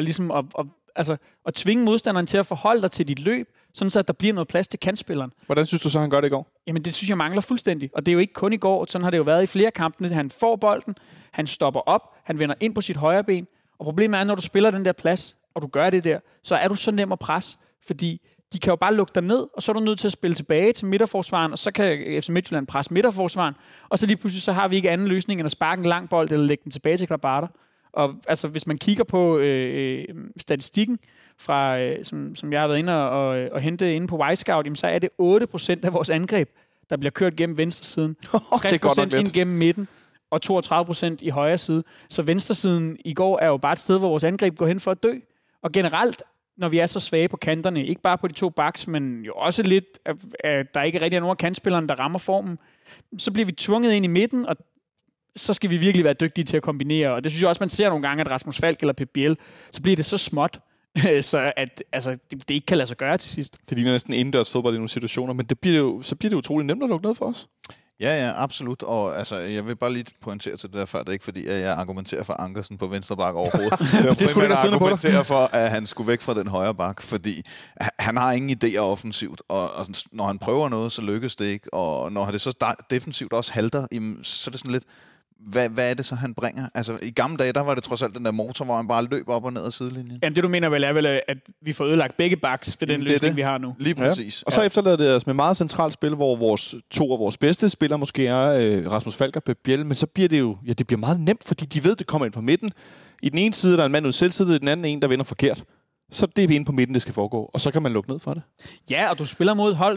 at tvinge modstanderen til at forholde dig til dit løb, sådan så at der bliver noget plads til kantspilleren. Hvordan synes du så, han gør det i går? Jamen, det synes jeg mangler fuldstændig. Og det er jo ikke kun i går. Sådan har det jo været i flere kampe. Han får bolden, han stopper op, han vender ind på sit højre ben. Og problemet er, når du spiller den der plads, og du gør det der, så er du så nem at presse, fordi de kan jo bare lukke dig ned, og så er du nødt til at spille tilbage til midterforsvaren, og så kan FC Midtjylland presse midterforsvaren, og så lige pludselig så har vi ikke anden løsning end at sparke en lang bold eller lægge den tilbage til Karabater. Og altså, hvis man kigger på statistikken, fra, som jeg har været inde og hente inde på Wisecout, så er det 8% af vores angreb, der bliver kørt gennem venstre siden. 60% ind gennem midten, og 32% i højre side. Så venstresiden i går er jo bare et sted, hvor vores angreb går hen for at dø. Og generelt, når vi er så svage på kanterne, ikke bare på de to backs, men jo også lidt, at der ikke rigtig er nogen af kantspillerne, der rammer formen, så bliver vi tvunget ind i midten, og så skal vi virkelig være dygtige til at kombinere. Og det synes jeg også, man ser nogle gange, at Rasmus Falk eller Pep Biel, så bliver det så småt, så at altså, det ikke kan lade sig gøre til sidst. Det ligner næsten indendørs fodbold i nogle situationer, men så bliver det utroligt nemt at lukke ned for os. Ja, absolut. Og altså, jeg vil bare lige pointere til det der før, det er ikke fordi, at jeg argumenterer for Ankersen på venstre bak overhovedet. Det skulle ikke argumentere for, at han skulle væk fra den højre bak, fordi han har ingen idéer offensivt, og når han prøver noget, så lykkes det ikke, og når det så defensivt også halter, så er det sådan lidt, hvad er det så, han bringer? Altså, i gamle dage, der var det trods alt den der motor, hvor han bare løb op og ned ad sidelinjen. Jamen, det du mener vel er vel, at vi får ødelagt begge backs ved den løsning, vi har nu. Lige præcis. Ja. Og så efterlader det os med meget centralt spil, hvor to af vores bedste spillere måske er Rasmus Falk og Pep Biel, men så bliver det jo, det bliver meget nemt, fordi de ved, det kommer ind på midten. I den ene side der er en mand ud selvside, i den anden en, der vender forkert. Så det er inde på midten, det skal foregå, og så kan man lukke ned for det. Ja, og du spiller mod et hold,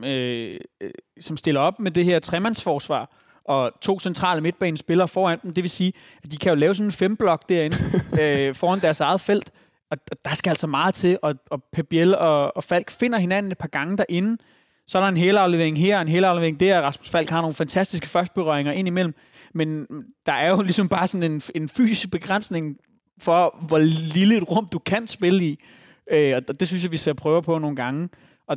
som stiller op med det her tremandsforsvar, og 2 centrale midtbanespillere foran dem. Det vil sige, at de kan jo lave sådan en 5-blok derinde foran deres eget felt, og der skal altså meget til, og Pep Biel og Falk finder hinanden et par gange derinde. Så er der en hælaflevering her, en hælaflevering der. Rasmus Falk har nogle fantastiske førstberøringer ind imellem, men der er jo ligesom bare sådan en fysisk begrænsning for, hvor lille et rum du kan spille i. Og det synes jeg, vi ser prøver på nogle gange. Og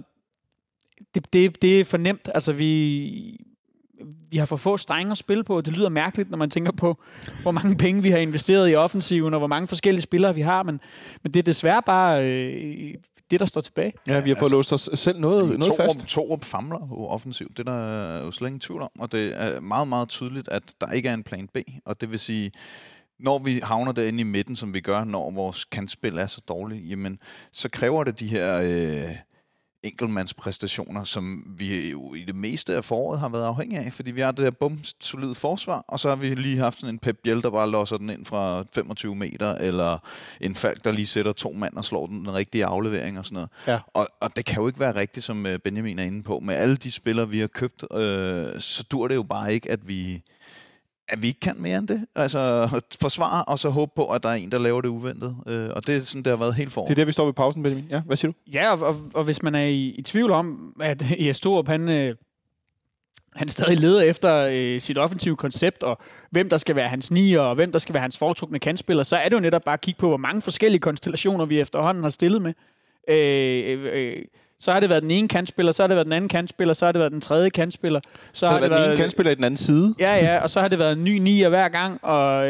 det er for nemt. Altså, vi har for få strenge at spille på. Det lyder mærkeligt, når man tænker på, hvor mange penge vi har investeret i offensiven, og hvor mange forskellige spillere vi har. Men det er desværre bare det, der står tilbage. Ja, vi har fået låst os selv noget fast. Torup famler jo offensivt. Det der er jo slet ingen tvivl om. Og det er meget, meget tydeligt, at der ikke er en plan B. Og det vil sige, når vi havner derinde i midten, som vi gør, når vores kantspil er så dårligt, jamen, så kræver det de her enkeltmandspræstationer, som vi jo i det meste af foråret har været afhængige af, fordi vi har det der solide forsvar, og så har vi lige haft sådan en Pep Biel, der bare losser den ind fra 25 meter, eller en Falk, der lige sætter 2 mand og slår den rigtige aflevering og sådan noget. Ja. Og det kan jo ikke være rigtigt, som Benjamin er inde på. Med alle de spillere, vi har købt, så dur det jo bare ikke, at vi ikke kan mere end det. Altså forsvare, og så håbe på, at der er en, der laver det uventet. Og det er sådan, det har været helt foran. Det er der, vi står ved pausen, Benjamin. Ja, hvad siger du? Ja, og hvis man er i tvivl om, at Jes Torup, han stadig leder efter sit offensive koncept, og hvem der skal være hans nier, og hvem der skal være hans foretrukne kantspiller, så er det jo netop bare at kigge på, hvor mange forskellige konstellationer vi efterhånden har stillet med. Så har det været den ene kantspiller, så har det været den anden kantspiller, så har det været den tredje kantspiller. Så har det været den ene kantspiller i den anden side? Ja, og så har det været en ny nier hver gang, og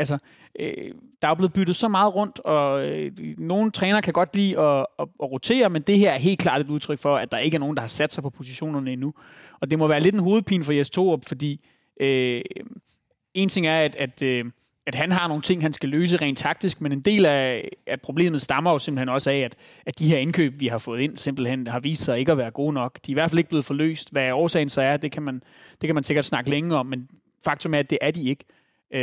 der er blevet byttet så meget rundt, og nogle træner kan godt lide at rotere, men det her er helt klart et udtryk for, at der ikke er nogen, der har sat sig på positionerne endnu. Og det må være lidt en hovedpine for Jes Torup, fordi en ting er, at han har nogle ting, han skal løse rent taktisk, men en del af problemet stammer jo simpelthen også af, at de her indkøb, vi har fået ind, simpelthen har vist sig ikke at være gode nok. De er i hvert fald ikke blevet forløst. Hvad årsagen så er, det kan man sikkert snakke længe om, men faktum er, at det er de ikke.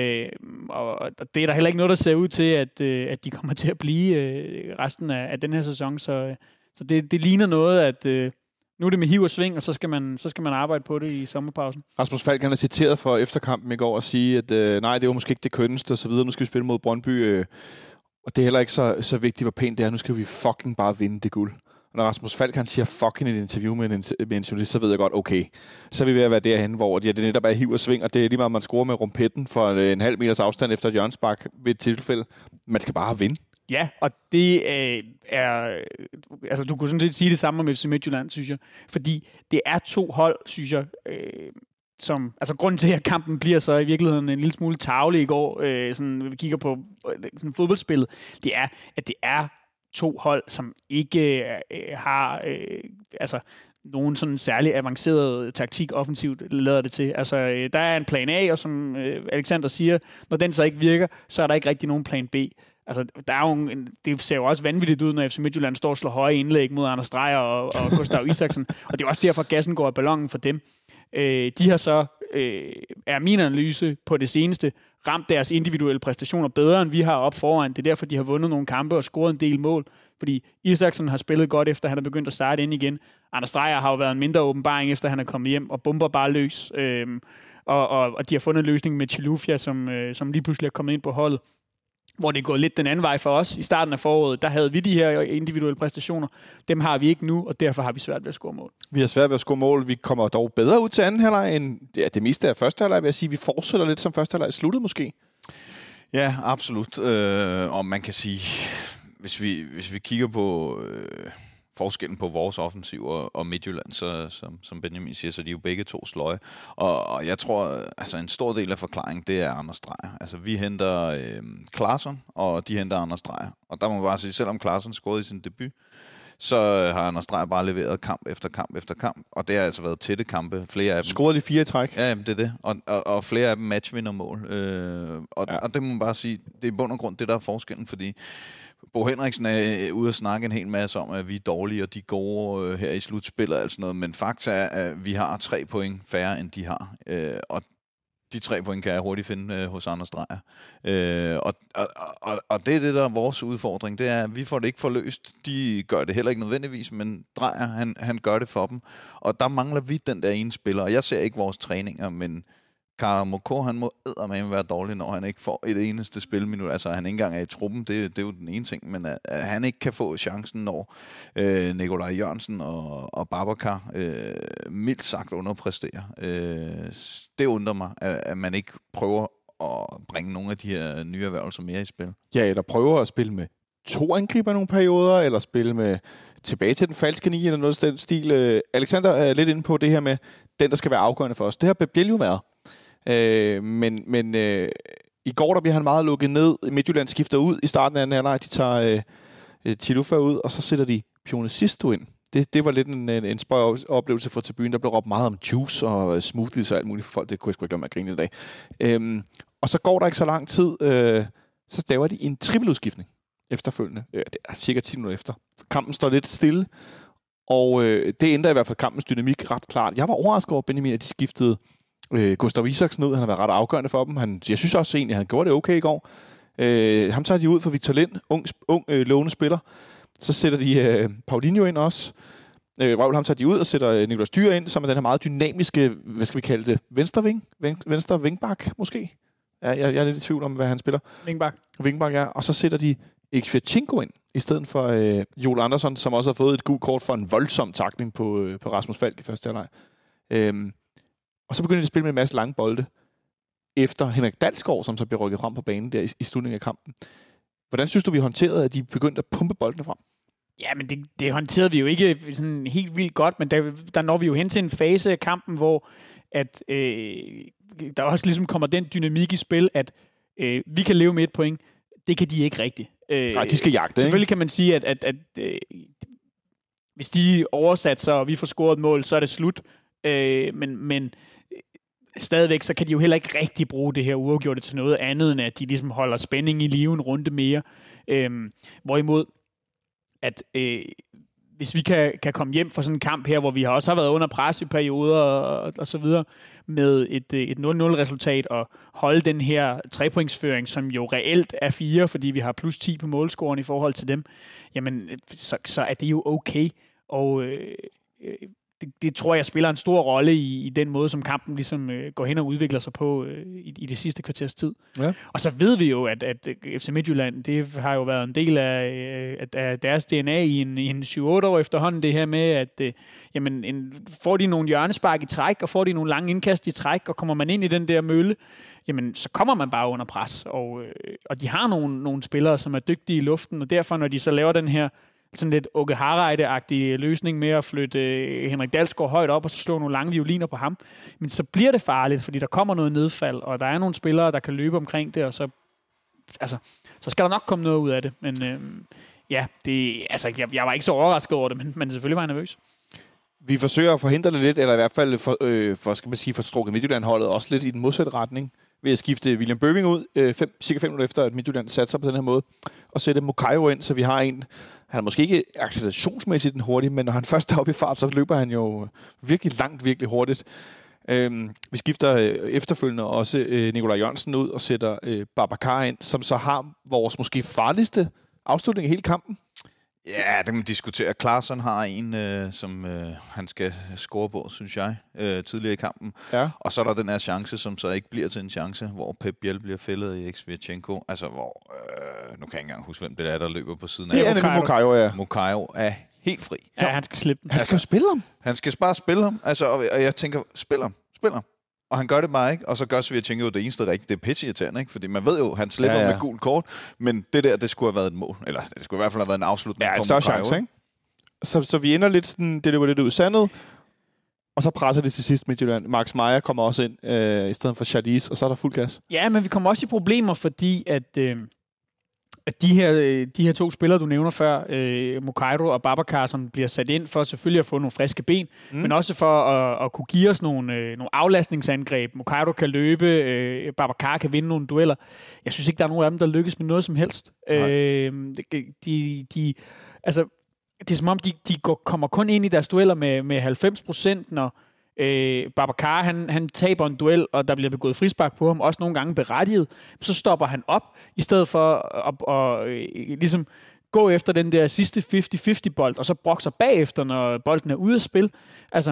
Og det er der heller ikke noget, der ser ud til, at de kommer til at blive resten af den her sæson. Så det ligner noget, at nu er det med hiv og sving, og så skal man arbejde på det i sommerpausen. Rasmus Falk, han er citeret for efterkampen i går og sige, at nej, det var måske ikke det kønneste og så videre. Nu skal vi spille mod Brøndby, og det er heller ikke så vigtigt, hvor pænt det er. Nu skal vi fucking bare vinde det guld. Og når Rasmus Falk, han siger fucking et interview med en journalist, så ved jeg godt, okay, så er vi ved at være derhen, hvor det netop er hiv og sving, og det er lige meget, man scorer med rumpetten for en halv meters afstand efter et hjørnespark ved et tilfælde. Man skal bare vinde. Ja, og det er... Altså, du kunne sådan set sige det samme om FC Midtjylland, synes jeg. Fordi det er 2 hold, synes jeg, som... Altså, grunden til, at kampen bliver så i virkeligheden en lille smule tarvelig i går, sådan, vi kigger på sådan fodboldspillet, det er, at det er 2 hold, som ikke har... nogen sådan særlig avanceret taktik offensivt lader det til. Altså, der er en plan A, og som Alexander siger, når den så ikke virker, så er der ikke rigtig nogen plan B. Altså, der er jo det ser jo også vanvittigt ud, når FC Midtjylland står og slår høje indlæg mod Anders Dreyer og Gustav Isaksen, og det er også derfor, gassen går af ballonen for dem. De har så, er min analyse på det seneste, ramt deres individuelle præstationer bedre, end vi har op foran. Det er derfor, de har vundet nogle kampe og scoret en del mål, fordi Isaksen har spillet godt, efter han er begyndt at starte ind igen. Anders Dreyer har jo været en mindre åbenbaring, efter han er kommet hjem, og bomber bare løs. Og de har fundet en løsning med Chilufya, som lige pludselig er kommet ind på holdet, hvor det er gået lidt den anden vej for os. I starten af foråret, der havde vi de her individuelle præstationer. Dem har vi ikke nu, og derfor har vi svært ved at score mål. Vi har svært ved at score mål. Vi kommer dog bedre ud til anden halvleg end det meste af første halvleg, vil jeg sige. Vi fortsætter lidt som første halvleg sluttede måske. Ja, absolut. Og man kan sige, hvis vi kigger på forskellen på vores offensiv og Midtjylland, så som Benjamin siger, så de er jo begge 2 sløje. Og jeg tror, altså en stor del af forklaringen, det er Anders Dreyer. Altså vi henter Klaarsson, og de henter Anders Dreyer. Og der må man bare sige, selvom Klaarsson scorede i sin debut, så har Anders Dreyer bare leveret kamp efter kamp efter kamp, og det har altså været tætte kampe, flere af dem. Scorede de 4 i træk? Ja, det er det, og flere af dem matchvindermål. Og det må man bare sige, det er i bund og grund det, der er forskellen, fordi Bo Henriksen er ude at snakke en hel masse om, at vi er dårlige, og de er gode her i slutspillet og alt sådan noget, men fakta er, at vi har 3 point færre, end de har. Og de 3 point kan jeg hurtigt finde hos Anders Dreyer. Og det er det, der er vores udfordring. Det er, at vi får det ikke forløst. De gør det heller ikke nødvendigvis, men Dreyer, han gør det for dem. Og der mangler vi den der ene spiller. Og jeg ser ikke vores træninger, men Karl Moko, han må eddermame være dårlig, når han ikke får et eneste spilminut. Altså, han ikke engang er i truppen, det er jo den ene ting, men at han ikke kan få chancen, når Nikolaj Jørgensen og Babacar mildt sagt underpræsterer. Det undrer mig, at man ikke prøver at bringe nogle af de her nye erhvervelser mere i spil. Ja, eller prøver at spille med 2 angriber nogle perioder, eller spille med tilbage til den falske 9, eller noget af den stil. Alexander er lidt inde på det her med den, der skal være afgørende for os. Det har Babel jo været. Men i går der bliver han meget lukket ned. Midtjylland skifter ud i starten af anden halvleg. De tager Tilufa ud, og så sætter de Pione Sisto ind. Det var lidt en spøj oplevelse for tribunen. Der blev råbt meget om juice og smoothies og alt muligt for folk. Det kunne jeg sgu ikke lade mig at grine i dag. Og så går der ikke så lang tid. Så laver de en trippeludskiftning efterfølgende. Det er cirka 10 minutter efter. Kampen står lidt stille. Og det ændrer i hvert fald kampens dynamik ret klart. Jeg var overrasket over, Benjamin, at de skiftede Gustav Isaksen ud. Han har været ret afgørende for dem. Jeg synes også egentlig, at han gjorde det okay i går. Ham tager de ud for Victor Lind, ung lovende spiller. Så sætter de Paulinho ind også. Ham tager de ud og sætter Nicolas Dyer ind, som er den her meget dynamiske, hvad skal vi kalde det, venstre vingbak måske. Ja, jeg er lidt i tvivl om, hvad han spiller. Vingbak, ja. Og så sætter de Ekvechenko ind, i stedet for Joel Andersson, som også har fået et gult kort for en voldsom tackling på Rasmus Falk i første halvleg. Og så begynder de at spille med en masse lange bolde, efter Henrik Dalsgaard, som så bliver rykket frem på banen der i slutningen af kampen. Hvordan synes du, vi håndterede, at de begyndte at pumpe boldene frem? Ja, men det håndterede vi jo ikke sådan helt vildt godt, men der når vi jo hen til en fase af kampen, hvor at, der også ligesom kommer den dynamik i spil, at vi kan leve med 1 point. Det kan de ikke rigtigt. Nej, de skal jagte, selvfølgelig ikke? Kan man sige, at hvis de oversatser, og vi får scoret et mål, så er det slut. Men stadigvæk, så kan de jo heller ikke rigtig bruge det her uafgjorte til noget andet, end at de ligesom holder spænding i live en runde mere. Hvorimod, at hvis vi kan komme hjem fra sådan en kamp her, hvor vi også har været under pres i perioder og så videre, med et 0-0-resultat og holde den her 3-pointsføring, som jo reelt er 4, fordi vi har plus 10 på målscoren i forhold til dem, jamen, så er det jo okay. Og det tror jeg spiller en stor rolle i den måde, som kampen ligesom går hen og udvikler sig på i det sidste kvarters tid. Ja. Og så ved vi jo, at FC Midtjylland, det har jo været en del af deres DNA i en 7-8 år efterhånden, det her med, at får de nogle hjørnespark i træk, og får de nogle lange indkast i træk, og kommer man ind i den der mølle, jamen, så kommer man bare under pres. Og de har nogle spillere, som er dygtige i luften, og derfor, når de så laver den her sådan lidt Åke Hareide-agtig løsning med at flytte Henrik Dalsgaard højt op og så slå nogle lange violiner på ham, men så bliver det farligt, fordi der kommer noget nedfald, og der er nogle spillere, der kan løbe omkring det, og så skal der nok komme noget ud af det. Men jeg var ikke så overrasket over det, men selvfølgelig var jeg nervøs. Vi forsøger at forhindre det lidt, eller i hvert fald for strukket Midtjylland-holdet også lidt i den modsatte retning, ved at skifte William Bøving ud, cirka 5 minutter efter, at Midtjylland satte sig på den her måde, og sætte Mukairo ind, så vi har en. Han er måske ikke accelerationsmæssigt den hurtige, men når han først er oppe i fart, så løber han jo virkelig langt, virkelig hurtigt. Vi skifter efterfølgende også Nikolaj Jørgensen ud og sætter Babacar ind, som så har vores måske farligste afslutning i hele kampen. Ja, det kan man diskutere. Klaarsson har en, som han skal score på, synes jeg, tidligere i kampen. Ja. Og så er der den her chance, som så ikke bliver til en chance, hvor Pep Biel bliver fældet i Ekvechenko. Altså, hvor... nu kan jeg ikke engang huske, hvem det er, der løber på siden af. Det er nemlig Mukairo, ja. Mukairo er helt fri. Ja, han skal slippe den. Han skal jo spille ham. Han skal bare spille ham. Altså, og jeg tænker, spil ham. Og han gør det bare ikke, og så gør Svierchenko jo det eneste rigtigt. Det er pisseirriterende, ikke? Fordi man ved jo, han slipper med gult kort, men det skulle have været et mål. Eller det skulle i hvert fald have været en afslutning for Mukairo. Ja, en større chance, ikke? Så vi ender lidt, det løber lidt ud sandet, og så presser det til sidst Midtjylland. Max Meyer kommer også ind, i stedet for Charlize, og så er der fuld gas. Ja, men vi kommer også i problemer, fordi at at de her to spillere, du nævner før, Mokairo og Babacar, som bliver sat ind for selvfølgelig at få nogle friske ben, men også for at kunne give os nogle aflastningsangreb. Mokairo kan løbe, Babacar kan vinde nogle dueller. Jeg synes ikke, der er nogen af dem, der lykkes med noget som helst. Altså, det er som om, de kommer kun ind i deres dueller med 90%, når Babacar, han taber en duel, og der bliver begået frispark på ham, også nogle gange berettiget, så stopper han op, i stedet for at ligesom gå efter den der sidste 50-50 bold, og så brokser bagefter, når bolden er ude af spil. Altså,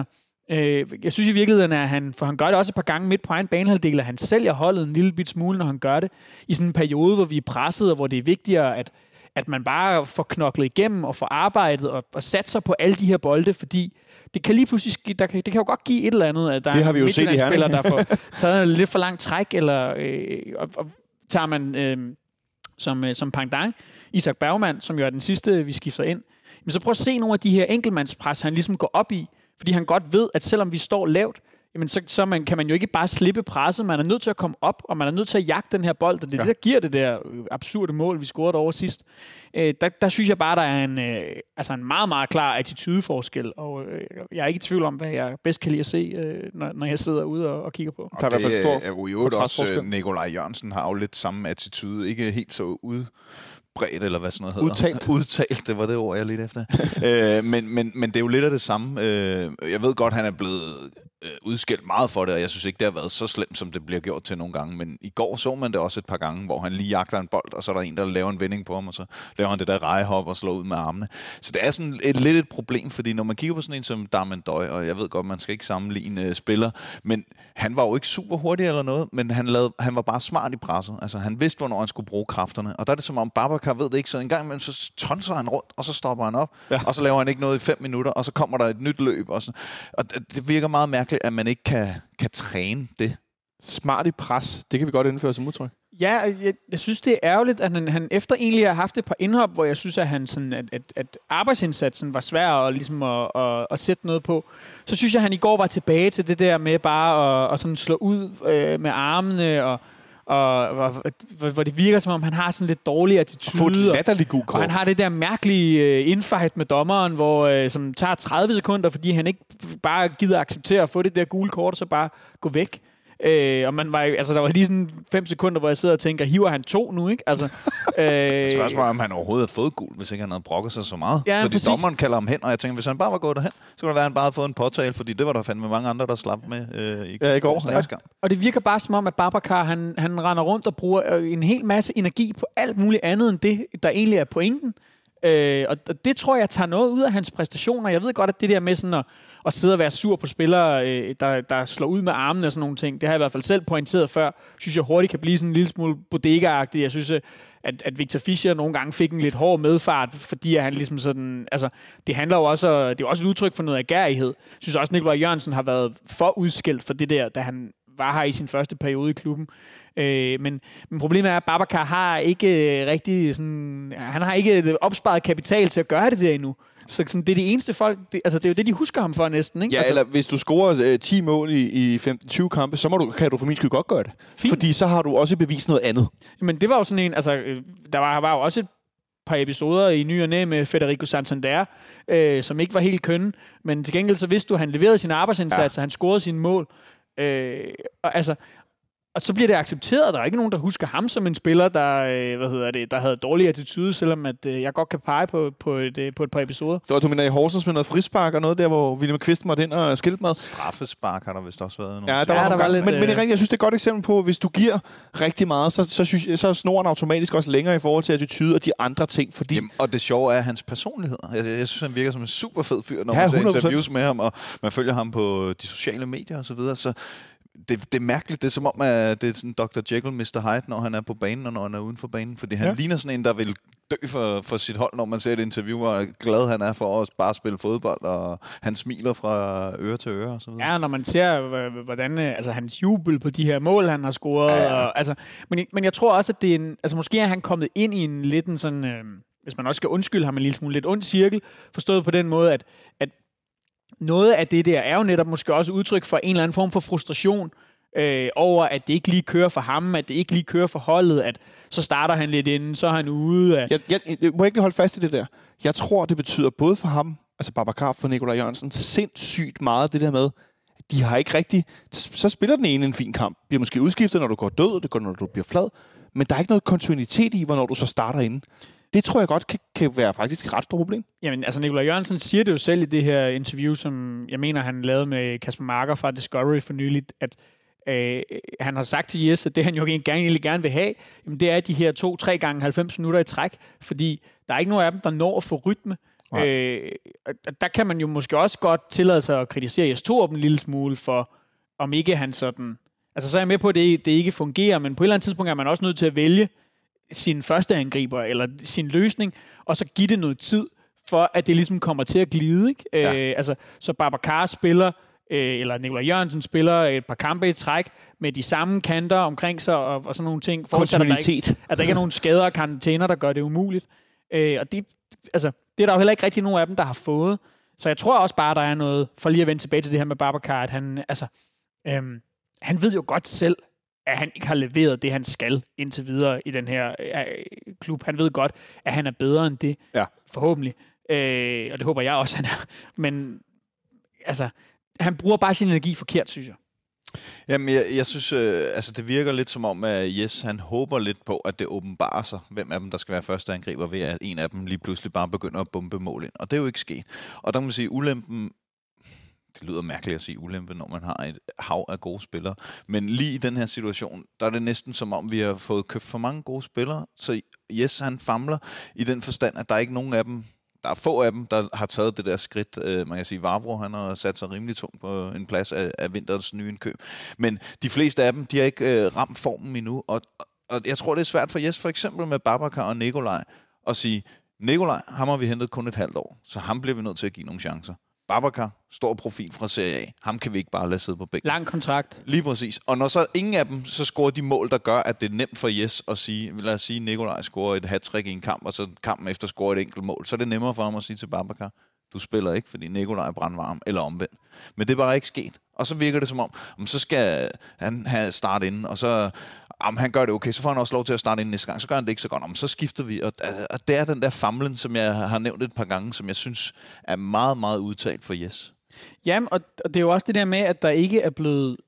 jeg synes i virkeligheden, at for han gør det også et par gange midt på egen banehalvdel, at han sælger holdet en lille bit smule, når han gør det, i sådan en periode, hvor vi er presset, og hvor det er vigtigere, at man bare får knoklet igennem og får arbejdet og satser på alle de her bolde, fordi det kan lige pludselig det kan jo godt give et eller andet, at der er en midtjyllandsspiller, der får taget lidt for langt træk, eller og tager man som pendant Isak Bergman, som jo er den sidste, vi skifter ind. Men så prøv at se nogle af de her enkeltmandspres, han ligesom går op i, fordi han godt ved, at selvom vi står lavt, jamen så kan man jo ikke bare slippe presset. Man er nødt til at komme op, og man er nødt til at jagte den her bold, og det er det, der giver det der absurde mål, vi scorede over sidst. Der synes jeg bare, der er en meget, meget klar attitudeforskel, og jeg er ikke i tvivl om, hvad jeg bedst kan lide at se, når jeg sidder ude og kigger på. Og der er i hvert fald stor også Nikolaj Jørgensen har jo lidt samme attitude, ikke helt så udbredt, eller hvad sådan noget hedder. Udtalt, det var det ord, jeg lidt efter. Men det er jo lidt af det samme. Jeg ved godt, han er blevet udskilt meget for det, og jeg synes ikke, det har været så slemt, som det bliver gjort til nogle gange. Men i går så man det også et par gange, hvor han lige jagter en bold, og så er der en, der laver en vending på ham, og så laver han det der rejehop og slår ud med armene. Så det er sådan lidt et problem, fordi når man kigger på sådan en som Darman Døj, og jeg ved godt, man skal ikke sammenligne spillere, men han var jo ikke super hurtig eller noget, men han var bare smart i presset. Altså han vidste, hvornår han skulle bruge kræfterne. Og der er det som om Babacar ved det ikke, så en gang imellem så tonser han rundt, og så stopper han op, og så laver han ikke noget i 5 minutter, og så kommer der et nyt løb. Og det virker meget mærkeligt, at man ikke kan træne det. Smart i pres, det kan vi godt indføre som udtryk. Ja, jeg synes, det er ærgerligt, at han efter egentlig har haft et par indhop, hvor jeg synes, at han sådan, at arbejdsindsatsen var svær at, ligesom at sætte noget på. Så synes jeg, at han i går var tilbage til det der med bare at sådan slå ud med armene, og hvor det virker, som om han har sådan lidt dårlig attitude. Og han har det der mærkelige infight med dommeren, som tager 30 sekunder, fordi han ikke bare gider acceptere at få det der gule kort, og så bare gå væk. Og der var lige sådan 5 sekunder, hvor jeg sidder og tænker, hiver han 2 nu, ikke? Altså, spørgsmålet om han overhovedet har fået gul, hvis ikke han havde brokket sig så meget. Ja, fordi præcis. Dommeren kalder ham hen, og jeg tænker, hvis han bare var gået derhen, så kunne det være, at han bare havde fået en påtale, fordi det var der fandme mange andre, der slap med i går. Og det virker bare som om, at Babacar, han render rundt og bruger en hel masse energi på alt muligt andet, end det, der egentlig er pointen. Og det tror jeg tager noget ud af hans præstationer. Jeg ved godt, at det der med sådan at sidde og være sur på spillere, der slår ud med armene og sådan nogle ting, det har jeg i hvert fald selv pointeret før. Synes jeg hurtigt kan blive sådan en lille smule bodega-agtig. Jeg synes, at Victor Fischer nogle gange fik en lidt hård medfart, fordi han ligesom sådan, altså, det handler jo også, det er også et udtryk for noget agerighed. Jeg synes også, Nikolaj Jørgensen har været for udskilt for det der, da han var her i sin første periode i klubben. Men problemet er, at Babacar har ikke rigtig sådan, han har ikke opsparet kapital til at gøre det der endnu. Så sådan, det er det eneste folk, det er jo det, de husker ham for næsten, ikke? Ja, altså, eller hvis du scorer 10 mål i 15-20 kampe, så kan du for min skyld godt gøre det. Fint. Fordi så har du også bevist noget andet. Men det var jo sådan en, altså, der var jo også et par episoder i ny og næ med Federico Santander, som ikke var helt kønne, men til gengæld så vidste du, at han leverede sin arbejdsindsats, og han scorede sine mål. Og så bliver det accepteret. Der er ikke nogen, der husker ham som en spiller, der havde dårlig attitude, selvom at jeg godt kan pege på et par episoder. Det var, du mener i Horsens med noget frispark og noget der, hvor William Kvist måtte ind og skilte med. Straffespark har der vist også været. Ja, der var lidt, men jeg synes, det er et godt eksempel på, hvis du giver rigtig meget, så er snoren automatisk også længere i forhold til attitude og de andre ting. Fordi jamen, og det sjove er hans personlighed. Jeg synes, han virker som en super fed fyr, når man ser interviews med ham, og man følger ham på de sociale medier og så videre. Så det er mærkeligt. Det er som om, at det er sådan Dr. Jekyll, Mr. Hyde, når han er på banen og når han er uden for banen. Fordi han ligner sådan en, der vil dø for sit hold, når man ser et interview, og glad han er for at bare spille fodbold, og han smiler fra øre til øre og så videre. Ja, når man ser, hvordan hans jubel på de her mål, han har scoret. Ja. Og, men jeg tror også, at det er måske er han kommet ind i en lidt en sådan, hvis man også skal undskylde ham en lille smule, lidt ond cirkel, forstået på den måde, at noget af det der er jo netop måske også udtryk for en eller anden form for frustration, over, at det ikke lige kører for ham, at det ikke lige kører for holdet, at så starter han lidt inden, så er han ude. At... Jeg må ikke holde fast i det der. Jeg tror, det betyder både for ham, altså Babacar for Nikolaj Jørgensen, sindssygt meget det der med, de har ikke rigtig... Så spiller den ene en fin kamp. Bliver måske udskiftet, når du går død, det går, når du bliver flad. Men der er ikke noget kontinuitet i, hvornår du så starter inden. Det tror jeg godt kan være faktisk et ret stort problem. Jamen, altså Nikolaj Jørgensen siger det jo selv i det her interview, som jeg mener, han lavede med Kasper Marker fra Discovery for nyligt, at han har sagt til Jes, at det han jo egentlig gerne vil have, jamen, det er de her 2-3 gange 90 minutter i træk, fordi der er ikke nogen af dem, der når at få rytme. Der kan man jo måske også godt tillade sig at kritisere Jes Torup en lille smule for, om ikke han sådan... Altså, så er jeg med på, at det ikke fungerer, men på et eller andet tidspunkt er man også nødt til at vælge sin første angriber, eller sin løsning, og så give det noget tid, for at det ligesom kommer til at glide, ikke? Altså, så Babacar spiller, eller Nikolaj Jørgensen spiller et par kampe i træk, med de samme kanter omkring sig, og sådan nogle ting. Kontinuitet. At der ikke er nogen skader og karantæner, der gør det umuligt. Og det er der jo heller ikke rigtig nogen af dem, der har fået. Så jeg tror også bare, der er noget, for lige at vende tilbage til det her med Babacar, at han ved jo godt selv, at han ikke har leveret det, han skal indtil videre i den her klub. Han ved godt, at han er bedre end det, forhåbentlig. Og det håber jeg også, han er. Men altså, han bruger bare sin energi forkert, synes jeg. Jamen, jeg synes, det virker lidt som om, at Jes, han håber lidt på, at det åbenbarer sig, hvem af dem, der skal være første angriber, ved at en af dem lige pludselig bare begynder at bombe mål ind. Og det er jo ikke sket. Og der kan man sige, ulempen... Det lyder mærkeligt at sige ulempe, når man har et hav af gode spillere. Men lige i den her situation, der er det næsten som om, vi har fået købt for mange gode spillere. Så Jes, han famler i den forstand, at der er ikke nogen af dem, der er få af dem, der har taget det der skridt. Man kan sige, Vavro, han har sat sig rimelig tungt på en plads af vinterens nye indkøb. Men de fleste af dem, de har ikke ramt formen endnu. Og jeg tror, det er svært for Jes, for eksempel med Babacar og Nikolaj, at sige, Nikolaj, ham har vi hentet kun et halvt år, så ham bliver vi nødt til at give nogle chancer. Babacar, stor profil fra Serie A. Ham kan vi ikke bare lade sidde på bænken. Lang kontrakt. Lige præcis. Og når så ingen af dem så scorer de mål, der gør, at det er nemt for Jes at sige, lad os sige, Nikolaj scorer et hat-trick i en kamp, og så kampen efter scorer et enkelt mål, så er det nemmere for ham at sige til Babacar, du spiller ikke, fordi Nikolaj er brandvarm, eller omvendt. Men det er bare ikke sket. Og så virker det som om, så skal han have start inden, og så han gør det okay, så får han også lov til at starte inden næste gang, så gør han det ikke så godt, så skifter vi. Og det er den der famlen, som jeg har nævnt et par gange, som jeg synes er meget, meget udtalt for Jes. Jamen, og det er jo også det der med, at der ikke er blevet...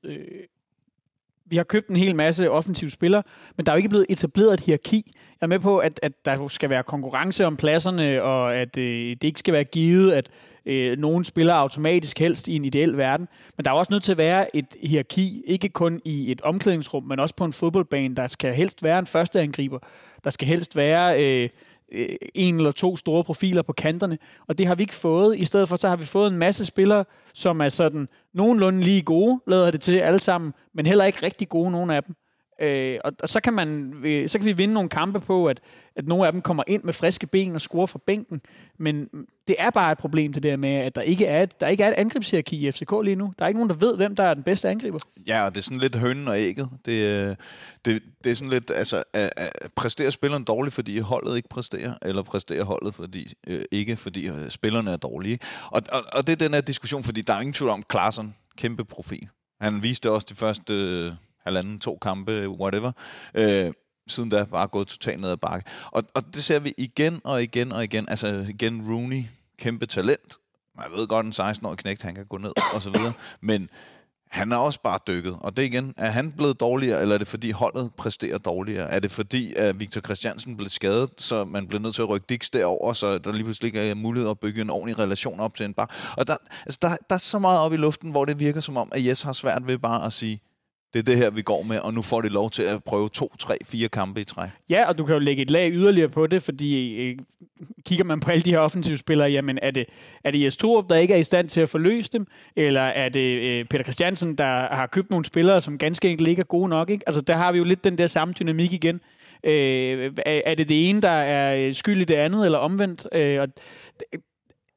Vi har købt en hel masse offensive spillere, men der er jo ikke blevet etableret et hierarki. Jeg er med på, at der skal være konkurrence om pladserne, og at det ikke skal være givet, at nogen spiller automatisk helst i en ideel verden. Men der er også nødt til at være et hierarki, ikke kun i et omklædningsrum, men også på en fodboldbane. Der skal helst være en første angriber. Der skal helst være en eller to store profiler på kanterne, og det har vi ikke fået. I stedet for, så har vi fået en masse spillere, som er sådan nogenlunde lige gode, lader det til alle sammen, men heller ikke rigtig gode, nogen af dem. Og så kan vi vinde nogle kampe på, at nogle af dem kommer ind med friske ben og scorer fra bænken. Men det er bare et problem, det der med, at der ikke er et angrebshierarki i FCK lige nu. Der er ikke nogen, der ved, hvem der er den bedste angriber. Ja, og det er sådan lidt hønen og ægget. Det er sådan lidt, præsterer spilleren dårligt, fordi holdet ikke præsterer, eller præsterer holdet fordi spillerne er dårlige. Og det er den her diskussion, fordi der er ingen tvivl om Klaasen, kæmpe profil. Han viste også de første 1,5-2 kampe, whatever, siden da bare gået totalt ned ad bakke. Og det ser vi igen og igen og igen. Altså igen Rooney, kæmpe talent. Jeg ved godt, en 16-årig knægt, han kan gå ned og så videre. Men han er også bare dykket. Og det igen, er han blevet dårligere, eller er det fordi holdet præsterer dårligere? Er det fordi, at Victor Christiansen blev skadet, så man blev nødt til at rykke Dix derover, så der lige pludselig ikke er mulighed at bygge en ordentlig relation op til en bar? Og der er så meget op i luften, hvor det virker som om, at Jes har svært ved bare at sige, det er det her, vi går med, og nu får de lov til at prøve 2, 3, 4 kampe i træk. Ja, og du kan jo lægge et lag yderligere på det, fordi kigger man på alle de her offensive spillere, jamen er det Jes Torup, der ikke er i stand til at forløse dem, eller er det Peter Christiansen, der har købt nogle spillere, som ganske enkelt ikke er gode nok, ikke? Altså der har vi jo lidt den der samme dynamik igen. Er det ene, der er skyld i det andet, eller omvendt?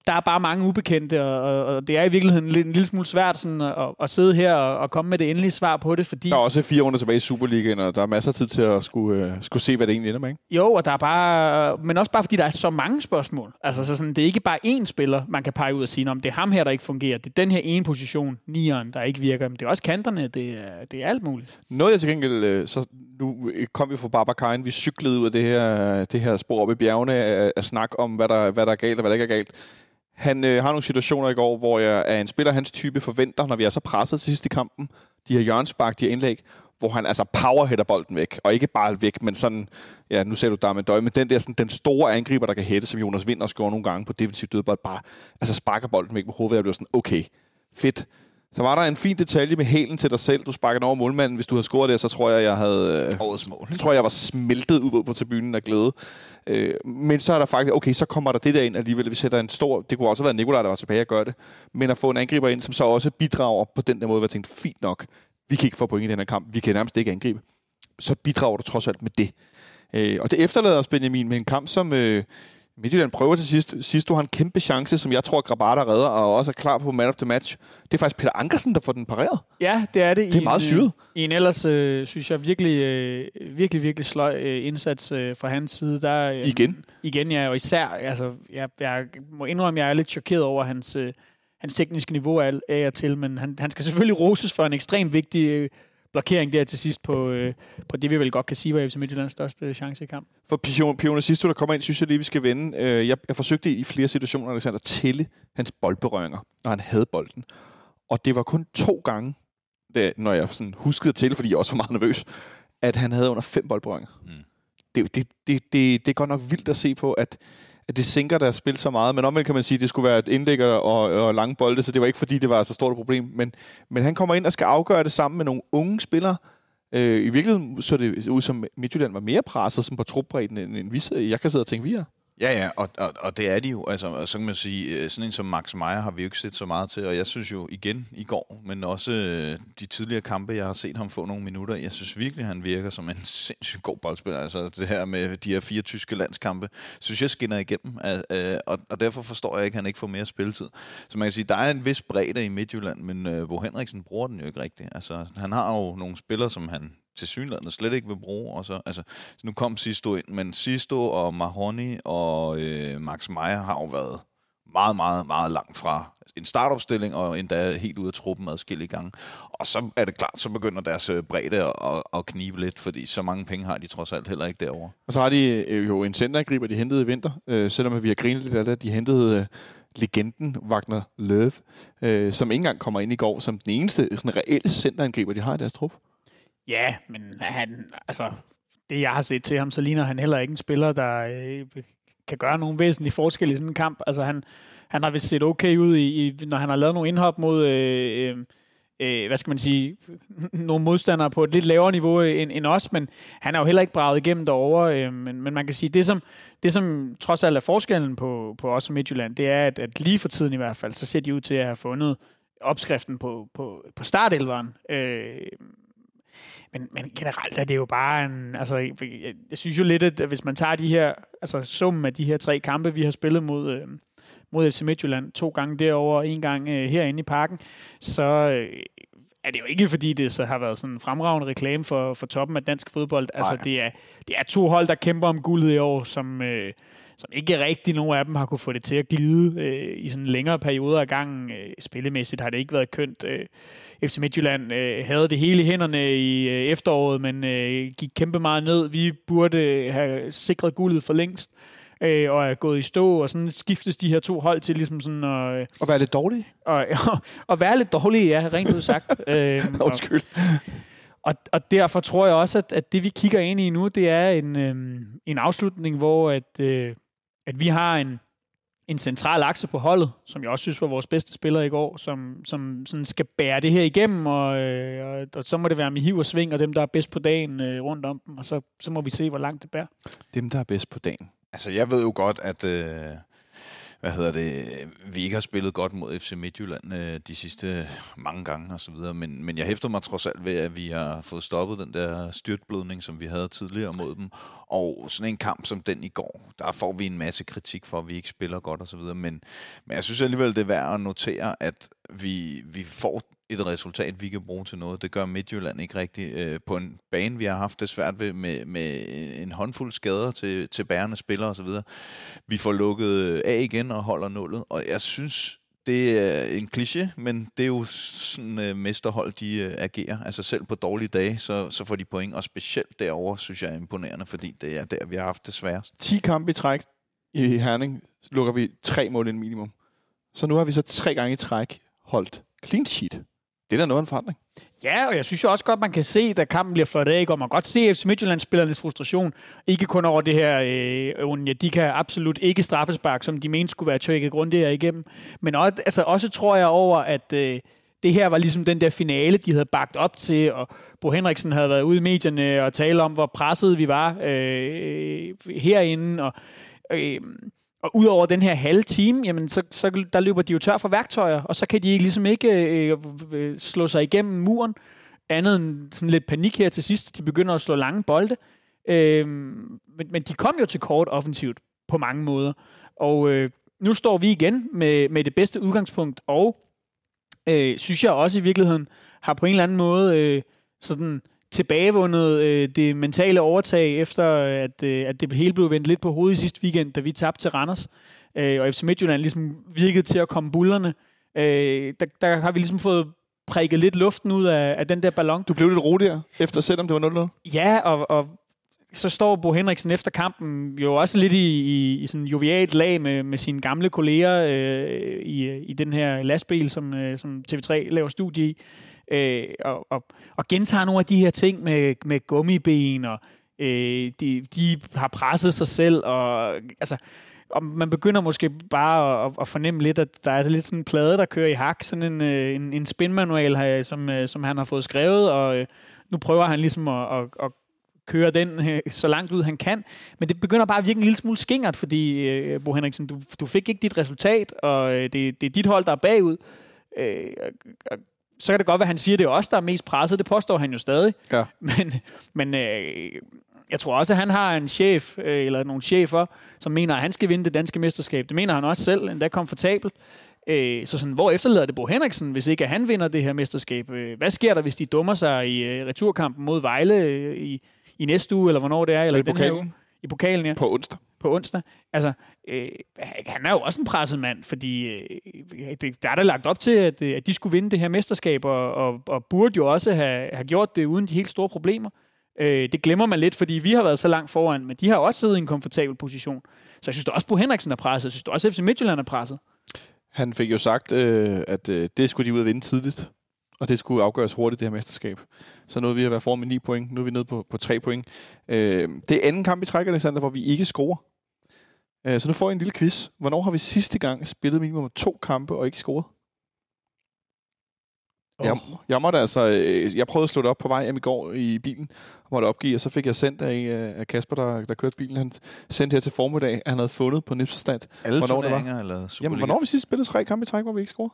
der er bare mange ubekendte, og det er i virkeligheden en lille smule svært sådan, at sidde her og komme med det endelige svar på det, fordi... Der er også 4 runder tilbage i Superligaen, og der er masser af tid til at skulle se, hvad det egentlig ender med, ikke? Jo, og der er bare... Men også bare fordi, der er så mange spørgsmål. Altså, så sådan, det er ikke bare én spiller, man kan pege ud og sige, om det er ham her, der ikke fungerer. Det er den her ene position, nieren, der ikke virker. Men det er også kanterne, det er alt muligt. Noget jeg til gengæld... Så nu kom vi fra Babacar, vi cyklede ud af det her spor op i bjergene af snak om, hvad der er galt og hvad der ikke er galt. Han har nogle situationer i går, hvor jeg er en spiller, hans type forventer, når vi er så presset til sidst i kampen, de her hjørnespark, de her indlæg, hvor han altså powerheader bolden væk. Og ikke bare væk, men sådan, ja, nu ser du der med døj, men den der sådan, den store angriber, der kan hætte, som Jonas Vind også gjorde nogle gange på defensivt dødbold, bare altså sparker bolden væk med hovedet, og bliver sådan, okay, fedt. Så var der en fin detalje med hælen til dig selv. Du sparker den over målmanden. Hvis du havde scoret det, så tror jeg havde... Årets mål. Jeg tror, jeg var smeltet ud på tribunen af glæde. Men så er der faktisk... Okay, så kommer der det der ind alligevel. Vi sætter en stor... Det kunne også have været Nikolaj, der var tilbage at gøre det. Men at få en angriber ind, som så også bidrager på den der måde, hvor jeg tænkte, fint nok. Vi kan ikke få point i den her kamp. Vi kan nærmest ikke angribe. Så bidrager du trods alt med det. Og det efterlader os, Benjamin, med en kamp, som... Midtjylland prøver til sidst. Sidst har en kæmpe chance, som jeg tror, Grabata redder, og også er klar på man of the match. Det er faktisk Peter Ankersen, der får den pareret. Ja, det er det. Det er meget syret. I en ellers, synes jeg, virkelig sløj indsats fra hans side. Der, Igen, ja, og især, altså, jeg må indrømme, jeg er lidt chokeret over hans tekniske niveau af og til, men han skal selvfølgelig roses for en ekstremt vigtig blokering der til sidst på det, vi vel godt kan sige, var FC Midtjyllands største chance i kamp. For Pione Sisto, der kommer ind, synes jeg lige, vi skal vende. Jeg forsøgte i flere situationer, Alexander, at tælle hans boldberøringer, når han havde bolden. Og det var kun 2 gange, når jeg sådan huskede at tælle, fordi jeg også var meget nervøs, at han havde under 5 boldberøringer. Det er godt nok vildt at se på, at det sænker deres spil så meget. Men omvendt kan man sige, at det skulle være et indlæg og lange bolde, så det var ikke fordi, det var så stort et problem. Men han kommer ind og skal afgøre det sammen med nogle unge spillere. I virkeligheden så det ud som Midtjylland var mere presset som på trupbredden, end jeg kan sidde og tænke, vi er. Ja, og det er de jo. Altså, så kan man sige, sådan en som Max Meyer har vi jo ikke set så meget til, og jeg synes jo igen i går, men også de tidligere kampe, jeg har set ham få nogle minutter, jeg synes virkelig, han virker som en sindssygt god boldspiller. Altså det her med de her 4 tyske landskampe, synes jeg skinner igennem, og derfor forstår jeg ikke, at han ikke får mere spilletid. Så man kan sige, der er en vis bredde i Midtjylland, men Bo Henriksen bruger den jo ikke rigtigt. Altså han har jo nogle spillere, som han tilsyneladende slet ikke vil bruge, og så nu kom Sisto ind, men Sisto og Mahoney og Max Meyer har jo været meget, meget, meget langt fra en startopstilling, og endda helt ude af truppen adskillige gange. Og så er det klart, så begynder deres bredde at knibe lidt, fordi så mange penge har de trods alt heller ikke derovre. Og så har de jo en centerangriber, de hentede i vinter, selvom vi har grinet lidt af det, de hentede legenden Wagner Löw, som ikke engang kommer ind i går, som den eneste sådan reelle centerangriber, de har i deres trup. Ja, men det jeg har set til ham, så ligner han heller ikke en spiller, der kan gøre nogen væsentlige forskel i sådan en kamp. Altså han har vist set okay ud, når han har lavet nogle indhop mod, hvad skal man sige, nogle modstandere på et lidt lavere niveau end os, men han er jo heller ikke braget igennem derovre. Men man kan sige, det som trods alt er forskellen på os og Midtjylland, det er, at lige for tiden i hvert fald, så ser de ud til at have fundet opskriften på startelveren. Men generelt er det jo bare jeg synes jo lidt, at hvis man tager de her, altså summen af de her 3 kampe, vi har spillet mod FC Midtjylland 2 gange derovre og 1 gang herinde i parken, så er det jo ikke fordi, det så har været sådan en fremragende reklame for toppen af dansk fodbold. Altså det er 2 hold, der kæmper om guldet i år, som ikke rigtig nogen af dem har kunne få det til at glide i sådan længere perioder af gangen. Spillemæssigt har det ikke været kønt. FC Midtjylland havde det hele i hænderne i efteråret, men gik kæmpe meget ned. Vi burde have sikret guldet for længst, og er gået i stå, og sådan skiftes de her 2 hold til ligesom sådan at være lidt dårlige. Og være lidt dårlige, ja, rent udsagt. Undskyld. Og derfor tror jeg også, at det vi kigger ind i nu, det er en afslutning, hvor at vi har en central akse på holdet, som jeg også synes var vores bedste spiller i går, som sådan skal bære det her igennem, og så må det være med hiv og sving, og dem, der er bedst på dagen rundt om dem, og så må vi se, hvor langt det bærer. Dem, der er bedst på dagen. Altså, jeg ved jo godt, at vi ikke har spillet godt mod FC Midtjylland de sidste mange gange og så videre, men jeg hæfter mig trods alt ved, at vi har fået stoppet den der styrtblødning, som vi havde tidligere mod dem, og sådan en kamp som den i går, der får vi en masse kritik for, at vi ikke spiller godt og så videre, men jeg synes alligevel, det er værd at notere, at vi får et resultat, vi kan bruge til noget. Det gør Midtjylland ikke rigtigt. På en bane, vi har haft det svært ved med en håndfuld skader til bærende spillere osv. Vi får lukket af igen og holder nullet. Og jeg synes, det er en kliché, men det er jo sådan mesterhold, de agerer. Altså selv på dårlige dage, så får de point. Og specielt derovre, synes jeg er imponerende, fordi det er der, vi har haft det sværest. 10 kampe i træk i Herning, lukker vi 3 mål ind minimum. Så nu har vi så 3 gange i træk holdt clean sheet. Det er da noget af en forandring. Ja, og jeg synes jo også godt, man kan se, da kampen bliver flot af, og man kan godt se FC Midtjylland-spillernes frustration. Ikke kun over det her, de kan absolut ikke straffespark, som de mente skulle være tjekket grundigere igennem. Men også tror jeg over, at det her var ligesom den der finale, de havde bagt op til, og Bo Henriksen havde været ude i medierne og tale om, hvor presset vi var herinde, og udover den her halve time, jamen så der løber de jo tør for værktøjer, og så kan de ligesom ikke slå sig igennem muren, andet end sådan lidt panik her til sidst. De begynder at slå lange bolde. Men de kom jo til kort offensivt på mange måder. Og nu står vi igen med det bedste udgangspunkt, og synes jeg også i virkeligheden har på en eller anden måde sådan tilbagevundet det mentale overtag, efter at det hele blev vendt lidt på hovedet i sidste weekend, da vi tabte til Randers. Og FC Midtjylland ligesom virkede til at komme bullerne. Der har vi ligesom fået prikket lidt luften ud af den der ballon. Du blev lidt roligere efter, selvom det var 0-0? Ja, og så står Bo Henriksen efter kampen jo også lidt i sådan jovialt lag med sine gamle kolleger i den her lastbil, som TV3 laver studie i. Og gentager nogle af de her ting med gummiben, og de har presset sig selv, og man begynder måske bare at fornemme lidt, at der er lidt sådan en plade, der kører i hak, sådan en spinmanual, som han har fået skrevet, og nu prøver han ligesom at køre den så langt ud, han kan. Men det begynder bare at virke en lille smule skingert, fordi, Bo Henriksen, du fik ikke dit resultat, og det er dit hold, der er bagud. Så kan det godt være, at han siger, at det er os, der er mest presset. Det påstår han jo stadig. Ja. Men jeg tror også, at han har en chef, eller nogle chefer, som mener, at han skal vinde det danske mesterskab. Det mener han også selv, endda komfortabelt. Så sådan, hvor efterlader det Bo Henriksen, hvis ikke at han vinder det her mesterskab? Hvad sker der, hvis de dummer sig i returkampen mod Vejle i næste uge, eller hvornår det er? Eller i pokalen? I pokalen, ja. På onsdag. Altså, han er jo også en presset mand, fordi der er der lagt op til, at de skulle vinde det her mesterskab, og burde jo også have gjort det uden de helt store problemer. Det glemmer man lidt, fordi vi har været så langt foran, men de har også siddet i en komfortabel position. Så jeg synes da også, Bo Henriksen er presset. Jeg synes da også, FC Midtjylland er presset. Han fik jo sagt, at det skulle de ud at vinde tidligt, og det skulle afgøres hurtigt, det her mesterskab. Så nåede vi at være foran med 9 point. Nu er vi nede på 3 point. Det er anden kamp i træk, Alexander, hvor vi ikke scorer. Så nu får jeg en lille quiz. Hvornår har vi sidste gang spillet minimum 2 kampe og ikke scoret? Jeg prøvede at slå det op på vej hjem i går i bilen, og måtte opgive, og så fik jeg sendt af Kasper, der kørte bilen. Han sendte her til formiddag, at han havde fundet på Nipsestat. Alle turneringer eller Superliga? Jamen, hvornår har vi sidst spillet 3 kampe i træk, hvor vi ikke scorede?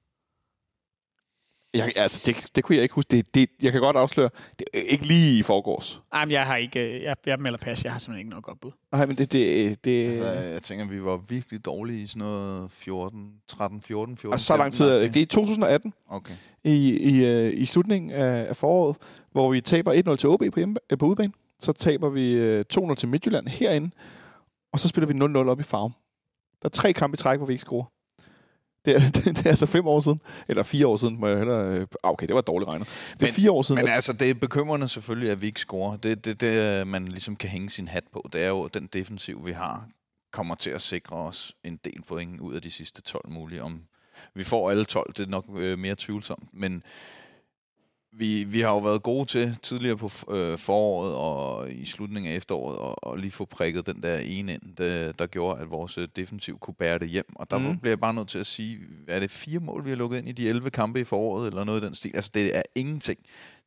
Det kunne jeg ikke huske. Jeg kan godt afsløre, det er ikke lige i forgårs. Nej, men jeg har ikke. Jeg melder pas. Jeg har simpelthen ikke noget godt bud. Nej, men det altså, jeg tænker, vi var virkelig dårlige i sådan noget 14. Og så lang tid. Det er i 2018. Okay. I slutningen af foråret, hvor vi taber 1-0 til OB på udebane. Så taber vi 2-0 til Midtjylland herinde. Og så spiller vi 0-0 op i Farum. Der er 3 kampe i træk, hvor vi ikke scorer. Det er altså 5 år siden, eller 4 år siden, må jeg hellere... Okay, det var dårligt regnet. Det er 4 år siden. Men altså, det er bekymrende selvfølgelig, at vi ikke scorer. Det, man ligesom kan hænge sin hat på, det er jo, den defensiv, vi har, kommer til at sikre os en del point ud af de sidste 12 mulige. Om vi får alle 12, det er nok mere tvivlsomt, men vi har jo været gode til tidligere på foråret og i slutningen af efteråret og lige få prikket den der ene ind, der gjorde, at vores defensiv kunne bære det hjem. Og der bliver jeg bare nødt til at sige, er det 4 mål, vi har lukket ind i de 11 kampe i foråret, eller noget i den stil? Altså, det er ingenting.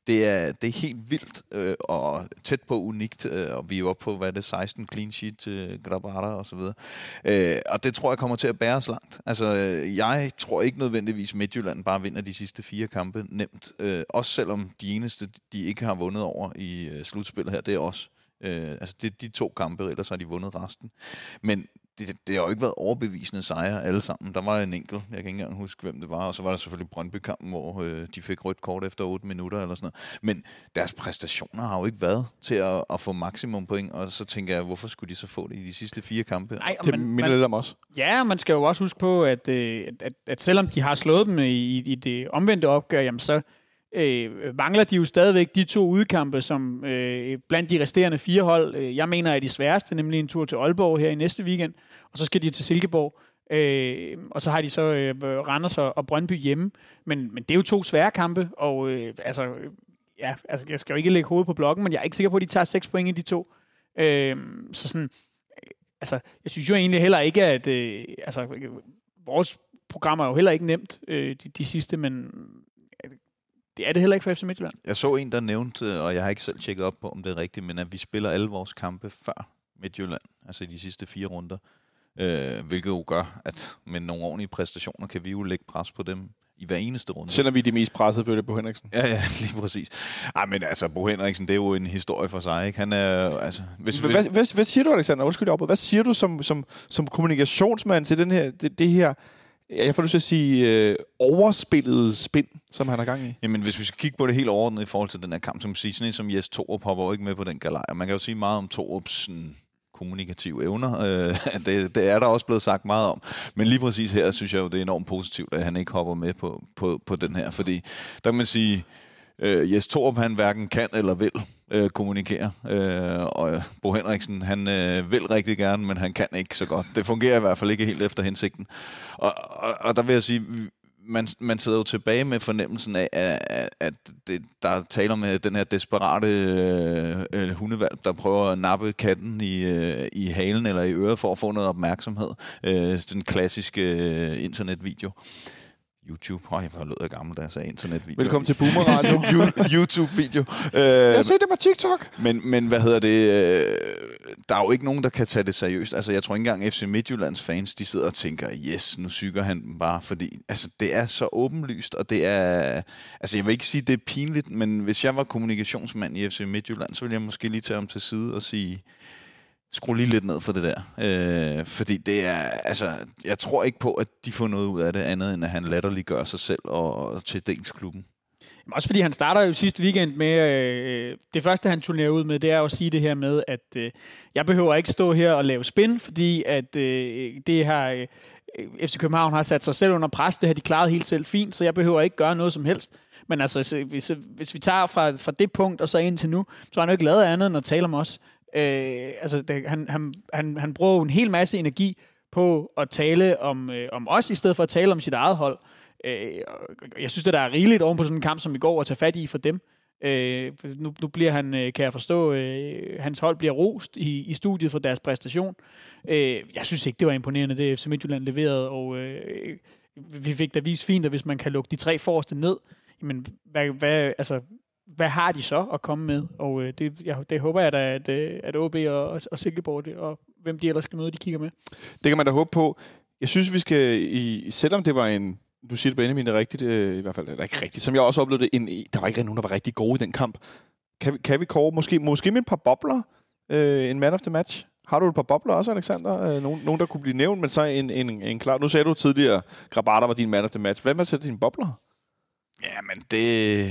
Det er helt vildt og tæt på unikt, og vi er jo oppe på, hvad er det, 16 clean sheet til Grabara og så videre. Og det tror jeg kommer til at bære os langt. Altså, jeg tror ikke nødvendigvis Midtjylland bare vinder de sidste 4 kampe nemt. Også selvom de eneste, de ikke har vundet over i slutspillet her, det er os. Altså, det er de 2 kampe, ellers har de vundet resten. Men det har jo ikke været overbevisende sejre alle sammen. Der var en enkelt, jeg kan ikke engang huske, hvem det var, og så var der selvfølgelig Brøndby-kampen, hvor de fik rødt kort efter 8 minutter eller sådan noget. Men deres præstationer har jo ikke været til at få maksimum point, og så tænker jeg, hvorfor skulle de så få det i de sidste 4 kampe? Nej, det minder lidt om os. Ja, man skal jo også huske på, at selvom de har slået dem i det omvendte opgør, jamen så mangler de jo stadigvæk de 2 udkampe, som blandt de resterende 4 hold, jeg mener er de sværeste, nemlig en tur til Aalborg her i næste weekend, og så skal de til Silkeborg, og så har de så Randers og Brøndby hjemme. Men det er jo 2 svære kampe, og jeg skal jo ikke lægge hovedet på blokken, men jeg er ikke sikker på, at de tager 6 point i de 2. Så sådan, altså, jeg synes jo egentlig heller ikke, at vores program er jo heller ikke nemt de sidste, men det er det heller ikke for FC Midtjylland. Jeg så en, der nævnte, og jeg har ikke selv tjekket op på, om det er rigtigt, men at vi spiller alle vores kampe før Midtjylland, altså i de sidste 4 runder, hvilket jo gør, at med nogle ordentlige præstationer kan vi jo lægge pres på dem i hver eneste runde. Selvom vi er de mest pressede, følger Bo Henriksen. Ja, lige præcis. Men altså, Bo Henriksen, det er jo en historie for sig, ikke? Han er altså... Hvad siger du, Alexander? Undskyld, hvad siger du som kommunikationsmand til det her jeg får lyst til at sige overspillede spin, som han har gang i? Jamen, hvis vi skal kigge på det helt overordnet i forhold til den her kamp, som siger, sådan en som Jes Torup hopper jo ikke med på den galej. Man kan jo sige meget om Torups kommunikative evner. Det er der også blevet sagt meget om. Men lige præcis her, synes jeg jo, det er enormt positivt, at han ikke hopper med på den her. Fordi der kan man sige, Jes Torup, han hverken kan eller vil kommunikere. Og Bo Henriksen, han vil rigtig gerne, men han kan ikke så godt. Det fungerer i hvert fald ikke helt efter hensigten. Og der vil jeg sige, man sidder jo tilbage med fornemmelsen af, at der taler med den her desperate hundevalp, der prøver at nappe katten i halen eller i øret for at få noget opmærksomhed. Den klassiske internetvideo. YouTube. Hvor lød jeg gammel, da jeg sagde internetvideo. Velkommen til Boomer Radio. YouTube-video. Jeg ser det på TikTok. Men hvad hedder det? Der er jo ikke nogen, der kan tage det seriøst. Altså, jeg tror ikke engang FC Midtjyllands fans, de sidder og tænker, yes, nu syger han dem bare, fordi altså, det er så åbenlyst, og det er... Altså, jeg vil ikke sige, det er pinligt, men hvis jeg var kommunikationsmand i FC Midtjylland, så ville jeg måske lige tage ham til side og sige... Skru lige lidt ned for det der. Fordi det er, altså, jeg tror ikke på, at de får noget ud af det andet, end at han latterliggør sig selv og til dels klubben. Også fordi han starter jo sidste weekend med, det første han turnerer ud med, det er at sige det her med, at jeg behøver ikke stå her og lave spin, fordi at det her FC København har sat sig selv under pres, det har de klaret helt selv fint, så jeg behøver ikke gøre noget som helst. Men altså, hvis vi tager fra det punkt og så ind til nu, så har han jo ikke lavet andet end at tale om os. Han bruger en hel masse energi på at tale om os, i stedet for at tale om sit eget hold. Jeg synes, det der er rigeligt oven på sådan en kamp, som vi går og tager fat i for dem. Nu bliver han, kan jeg forstå, hans hold bliver rost i studiet for deres præstation. Jeg synes ikke, det var imponerende, det FC Midtjylland leverede, og vi fik da vist fint, at hvis man kan lukke de 3 forreste ned, jamen, hvad har de så at komme med? Og det håber jeg da, at OB og Silkeborg, og hvem de ellers skal møde, de kigger med. Det kan man da håbe på. Jeg synes, vi skal, selvom det var en, du siger det Benjamin, det er rigtigt, i hvert fald er det ikke rigtigt, som jeg også oplevede det, der var ikke nogen, der var rigtig gode i den kamp. Kan vi kåre måske med et par bobler, en man of the match? Har du et par bobler også, Alexander? Nogen der kunne blive nævnt, men så en klar... Nu sagde du tidligere, Grabara var din man of the match. Hvad med at sætte dine bobler? Jamen, det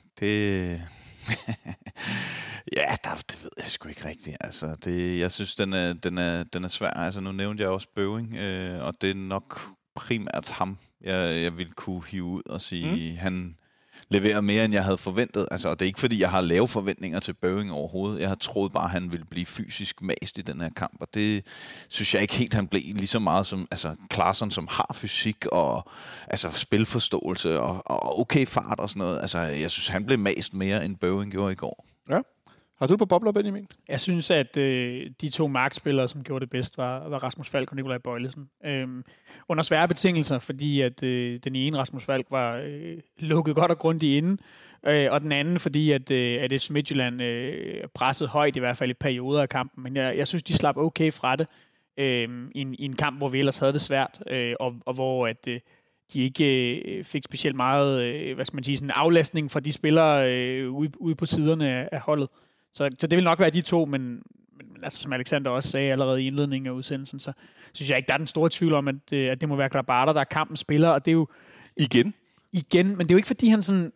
ja, det ved jeg sgu ikke rigtigt. Altså, jeg synes, den er svær. Altså, nu nævnte jeg også Bøving, og det er nok primært ham, jeg ville kunne hive ud og sige, han leverer mere, end jeg havde forventet. Altså, og det er ikke, fordi jeg har lave forventninger til Bøving overhovedet. Jeg har troet bare, at han ville blive fysisk mast i den her kamp, og det synes jeg ikke helt, han blev lige så meget som Klaarsson, som har fysik og spilforståelse og okay fart og sådan noget. Altså, jeg synes, han blev mast mere, end Bøving gjorde i går. Ja. Har du på bobler, Benjamin? Jeg synes, at de to markspillere, som gjorde det bedst, var Rasmus Falk og Nikolaj Bøjlesen. Under svære betingelser, fordi at den ene, Rasmus Falk, var lukket godt og grundigt inde, og den anden, fordi at FC Midtjylland pressede højt, i hvert fald i perioder af kampen. Men jeg synes, de slap okay fra det i en kamp, hvor vi ellers havde det svært, og hvor at de ikke fik specielt meget, hvad skal man sige, sådan en aflastning fra de spillere ude på siderne af holdet. Så det vil nok være de to, men altså, som Alexander også sagde allerede i indledningen af udsendelsen, så synes jeg ikke, der er den store tvivl om, at det må være Grabara, der er kampens spiller, og det er jo... Igen, men det er jo ikke, fordi han sådan...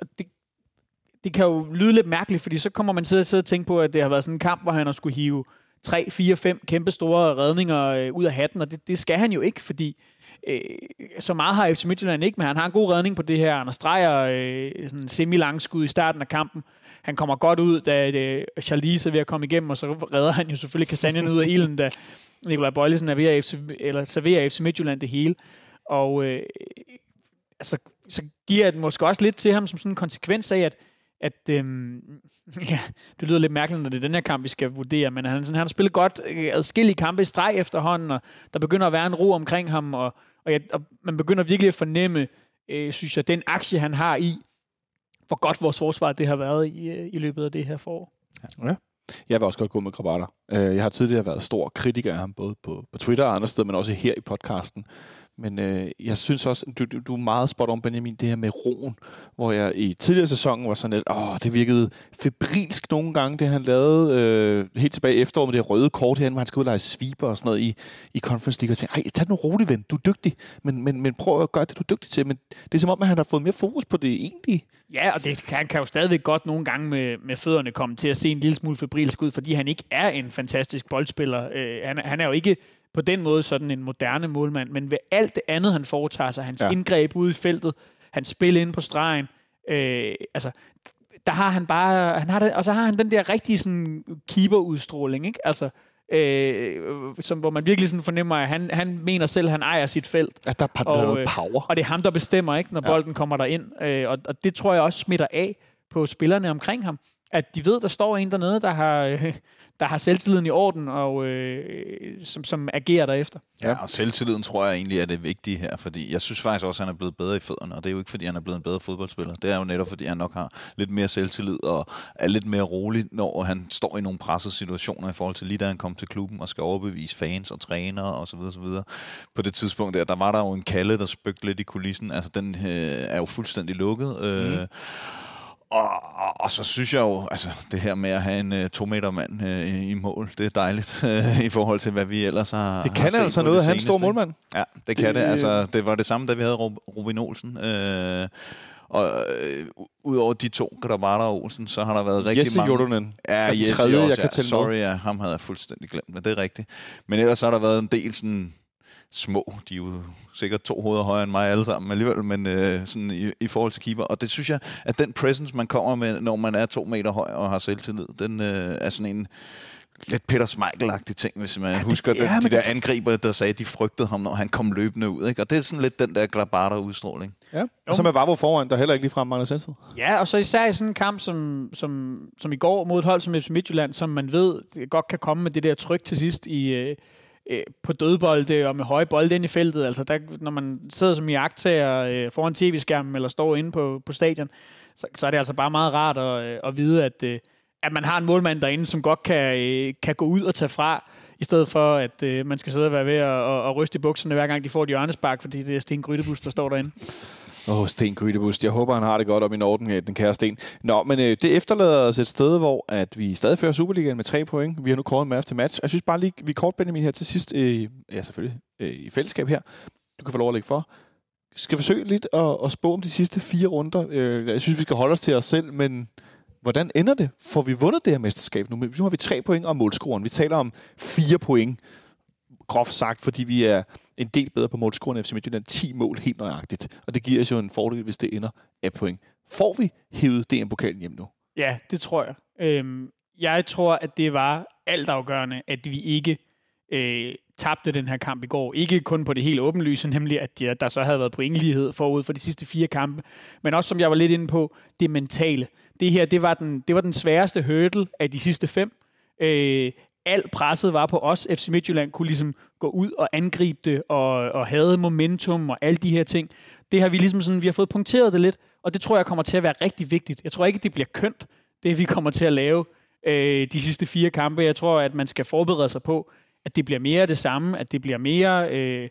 Det kan jo lyde lidt mærkeligt, fordi så kommer man til at sidde og tænke på, at det har været sådan en kamp, hvor han har skulle hive 3, 4, 5 kæmpe store redninger ud af hatten, og det skal han jo ikke, fordi så meget har FC Midtjylland ikke, men han har en god redning på det her. Anders Dreyer sådan en semi-langskud i starten af kampen. Han kommer godt ud, da Charlize er ved at komme igennem, og så redder han jo selvfølgelig kastanjen ud af ilden, da Nikolaj Bøjlesen er ved at servere FC Midtjylland det hele. Og altså, så giver det måske også lidt til ham som sådan en konsekvens af, at ja, det lyder lidt mærkeligt, når det er den her kamp, vi skal vurdere, men han har spillet godt adskillige kampe i streg efterhånden, og der begynder at være en ro omkring ham, og man begynder virkelig at fornemme, synes jeg, den aktie, han har i, hvor godt vores forsvar det har været i løbet af det her forår. Ja. Jeg vil også godt gå med Grabara. Jeg har tidligere været stor kritiker af ham, både på Twitter og andre steder, men også her i podcasten. Men jeg synes også, du er meget spot on, Benjamin, det her med roen, hvor jeg i tidligere sæsonen var sådan lidt, det virkede febrilsk nogle gange, det han lavede helt tilbage i efteråret med det røde kort herinde, hvor han skal ud og lege sweeper og sådan noget i Conference League, og tænkte, tag nu roligt, ven, du er dygtig, men prøv at gøre det, du er dygtig til. Men det er som om, at han har fået mere fokus på det egentlig. Ja, og han kan jo stadigvæk godt nogle gange med fødderne komme til at se en lille smule febrilsk ud, fordi han ikke er en fantastisk boldspiller. Han er jo ikke på den måde sådan en moderne målmand, men ved alt det andet, han foretager sig, hans indgreb ude i feltet, hans spil inde på stregen, altså, der har han bare, han har det, og så har han den der rigtige sådan keeper-udstråling, ikke? Altså, hvor man virkelig sådan fornemmer, at han mener selv, at han ejer sit felt. At der er noget power. Og det er ham, der bestemmer, ikke, når bolden kommer derind. Og det tror jeg også smitter af på spillerne omkring ham. At de ved, der står en dernede, der har selvtilliden i orden, og som agerer derefter. Ja, og selvtilliden tror jeg egentlig er det vigtige her, fordi jeg synes faktisk også, at han er blevet bedre i fødderne, og det er jo ikke, fordi han er blevet en bedre fodboldspiller. Det er jo netop, fordi han nok har lidt mere selvtillid og er lidt mere rolig, når han står i nogle pressede situationer i forhold til lige da han kom til klubben og skal overbevise fans og trænere og så videre, så videre. På det tidspunkt der var der jo en Kalle, der spøgte lidt i kulissen. Altså, den er jo fuldstændig lukket. Og så synes jeg jo, altså det her med at have en 2 meter mand i mål, det er dejligt i forhold til, hvad vi ellers har. Det kan altså noget at have en stor målmand. Ja, det kan det. Altså, det var det samme, da vi havde Robin Olsen. Og udover de to, Grabara og Olsen, så har der været rigtig Jesse mange... Jordanen. Ja, Jesse tredje, også. jeg kan tælle Sorry, ja, ham havde jeg fuldstændig glemt, men det er rigtigt. Men ellers har der været en del sådan små. De er jo sikkert 2 hoveder højere end mig alle sammen alligevel, men sådan i forhold til keeper. Og det synes jeg, at den presence, man kommer med, når man er 2 meter høj og har selvtillid, den er sådan en lidt Peter Schmeichel-agtig ting, hvis man husker de der angriber, der sagde, at de frygtede ham, når han kom løbende ud. Ikke? Og det er sådan lidt den der Grabara-udstråling. Ja, og så med Vavro foran, der heller ikke ligefrem mangler selvtillid. Ja, og så især i sådan en kamp, som i går mod et hold som FC Midtjylland, som man ved godt kan komme med det der tryk til sidst på dødbolde og med høje bolde ind i feltet. Altså der, når man sidder som iagttager foran tv-skærmen eller står inde på stadion, så er det altså bare meget rart at vide, at man har en målmand derinde, som godt kan gå ud og tage fra, i stedet for, at man skal sidde og være ved at ryste i bukserne, hver gang de får et hjørnespark, fordi det er Sten Grydebus, der står derinde. Sten Grydebus. Jeg håber, han har det godt op i Norden, den kære Sten. Nå, men det efterlader os et sted, hvor at vi stadig fører Superligaen med 3 point. Vi har nu kåret match til match. Jeg synes bare lige, vi kort Benjamin her til sidst, selvfølgelig, i fællesskab her. Du kan få lov at lægge for. Skal forsøge lidt at spå om de sidste 4 runder. Jeg synes, vi skal holde os til os selv, men hvordan ender det? Får vi vundet det her mesterskab nu? Nu har vi 3 point og målscoren. Vi taler om 4 point, groft sagt, fordi vi er en del bedre på målscoren FC Midtjylland. 10 mål helt nøjagtigt. Og det giver os jo en fordel, hvis det ender af point. Får vi hævet DM-pokalen hjem nu? Ja, det tror jeg. Jeg tror, at det var altafgørende, at vi ikke tabte den her kamp i går. Ikke kun på det helt åbenlyse, nemlig at der så havde været pointlighed forud for de sidste 4 kampe, men også, som jeg var lidt inde på, det mentale. det her, det var den sværeste hurdle af de sidste 5. Alt presset var på os. FC Midtjylland kunne ligesom gå ud og angribe det, og havde momentum og alle de her ting. Det har vi ligesom sådan, vi har fået punkteret det lidt, og det tror jeg kommer til at være rigtig vigtigt. Jeg tror ikke, det bliver kønt, det vi kommer til at lave de sidste 4 kampe. Jeg tror, at man skal forberede sig på, at det bliver mere det samme, at det bliver mere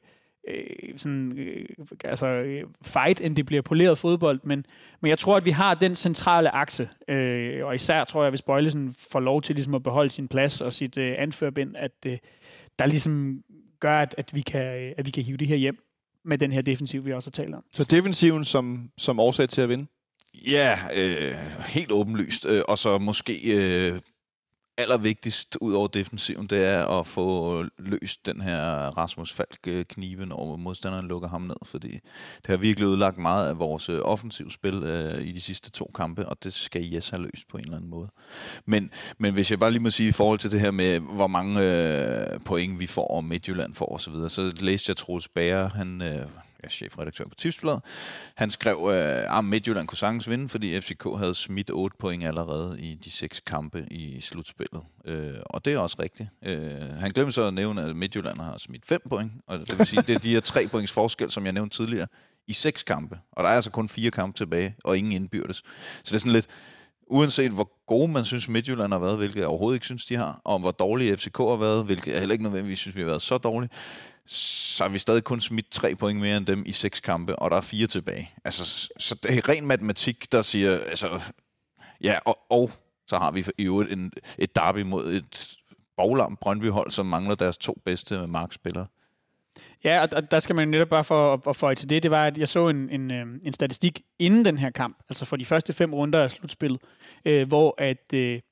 fight, end det bliver poleret fodbold. Men jeg tror, at vi har den centrale akse, og især tror jeg, hvis Bøjlesen får lov til ligesom at beholde sin plads og sit anførbind, at der ligesom gør, at vi kan hive det her hjem med den her defensiv, vi også har talt om. Så defensiven som årsag til at vinde? Ja, helt åbenlyst. Og så måske allervigtigst ud over defensiven, det er at få løst den her Rasmus Falk-knive, når modstanderen lukker ham ned, fordi det har virkelig ødelagt meget af vores offensivspil i de sidste 2 kampe, og det skal Jes have løst på en eller anden måde. Men hvis jeg bare lige må sige i forhold til det her med, hvor mange point vi får, og Midtjylland får osv., så læste jeg Troels Bager, han chefredaktør på Tipsbladet. Han skrev, at Midtjylland kunne sagtens vinde, fordi FCK havde smidt 8 point allerede i de 6 kampe i slutspillet. Og det er også rigtigt. Han glemte så at nævne, at Midtjylland har smidt 5 point, og det vil sige, det er de her 3 points forskel, som jeg nævnte tidligere, i 6 kampe. Og der er altså kun 4 kampe tilbage, og ingen indbyrdes. Så det er sådan lidt, uanset hvor gode man synes Midtjylland har været, hvilket jeg overhovedet ikke synes, de har, og hvor dårlige FCK har været, hvilket jeg heller ikke nødvendigvis synes, vi har været så dårlige, så har vi stadig kun smidt 3 point mere end dem i 6 kampe, og der er 4 tilbage. Altså, så det er ren matematik, der siger, altså, ja, og så har vi i øvrigt et derby mod et boglam Brøndby-hold, som mangler deres 2 bedste markspillere. Ja, og der skal man netop bare for at føje til det var, at jeg så en statistik inden den her kamp, altså for de første 5 runder af slutspillet, hvor at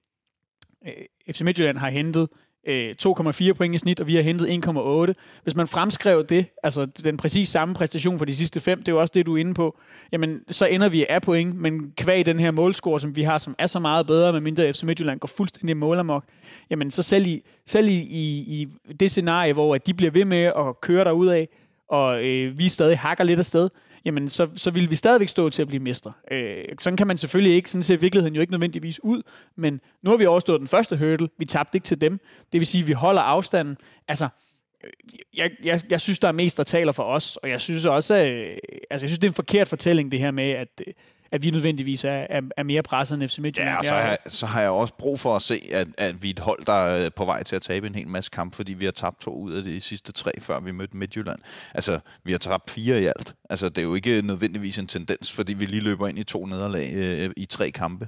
FC Midtjylland har hentet 2,4 point i snit, og vi har hentet 1,8. Hvis man fremskrev det, altså den præcis samme præstation for de sidste 5, det er jo også det, du er inde på, jamen så ender vi af point, men kvæg den her målscore, som vi har, som er så meget bedre, medmindre FC Midtjylland går fuldstændig målamok, jamen så selv i det scenarie, hvor at de bliver ved med at køre derudad, og vi stadig hakker lidt afsted, jamen så vil vi stadigvæk stå til at blive mestre. Sådan kan man selvfølgelig ikke, sådan ser virkeligheden jo ikke nødvendigvis ud, men nu har vi overstået den første hurdle, vi tabte ikke til dem, det vil sige, at vi holder afstanden. Altså, jeg synes, der er mest, der taler for os, og jeg synes også, jeg synes, det er en forkert fortælling, det her med, at vi nødvendigvis er mere presset end FC Midtjylland. Ja, så har jeg også brug for at se, at vi er et hold, der er på vej til at tabe en hel masse kamp, fordi vi har tabt 2 ud af de sidste 3, før vi mødte Midtjylland. Altså, vi har tabt 4 i alt. Altså, det er jo ikke nødvendigvis en tendens, fordi vi lige løber ind i 2 nederlag i 3 kampe.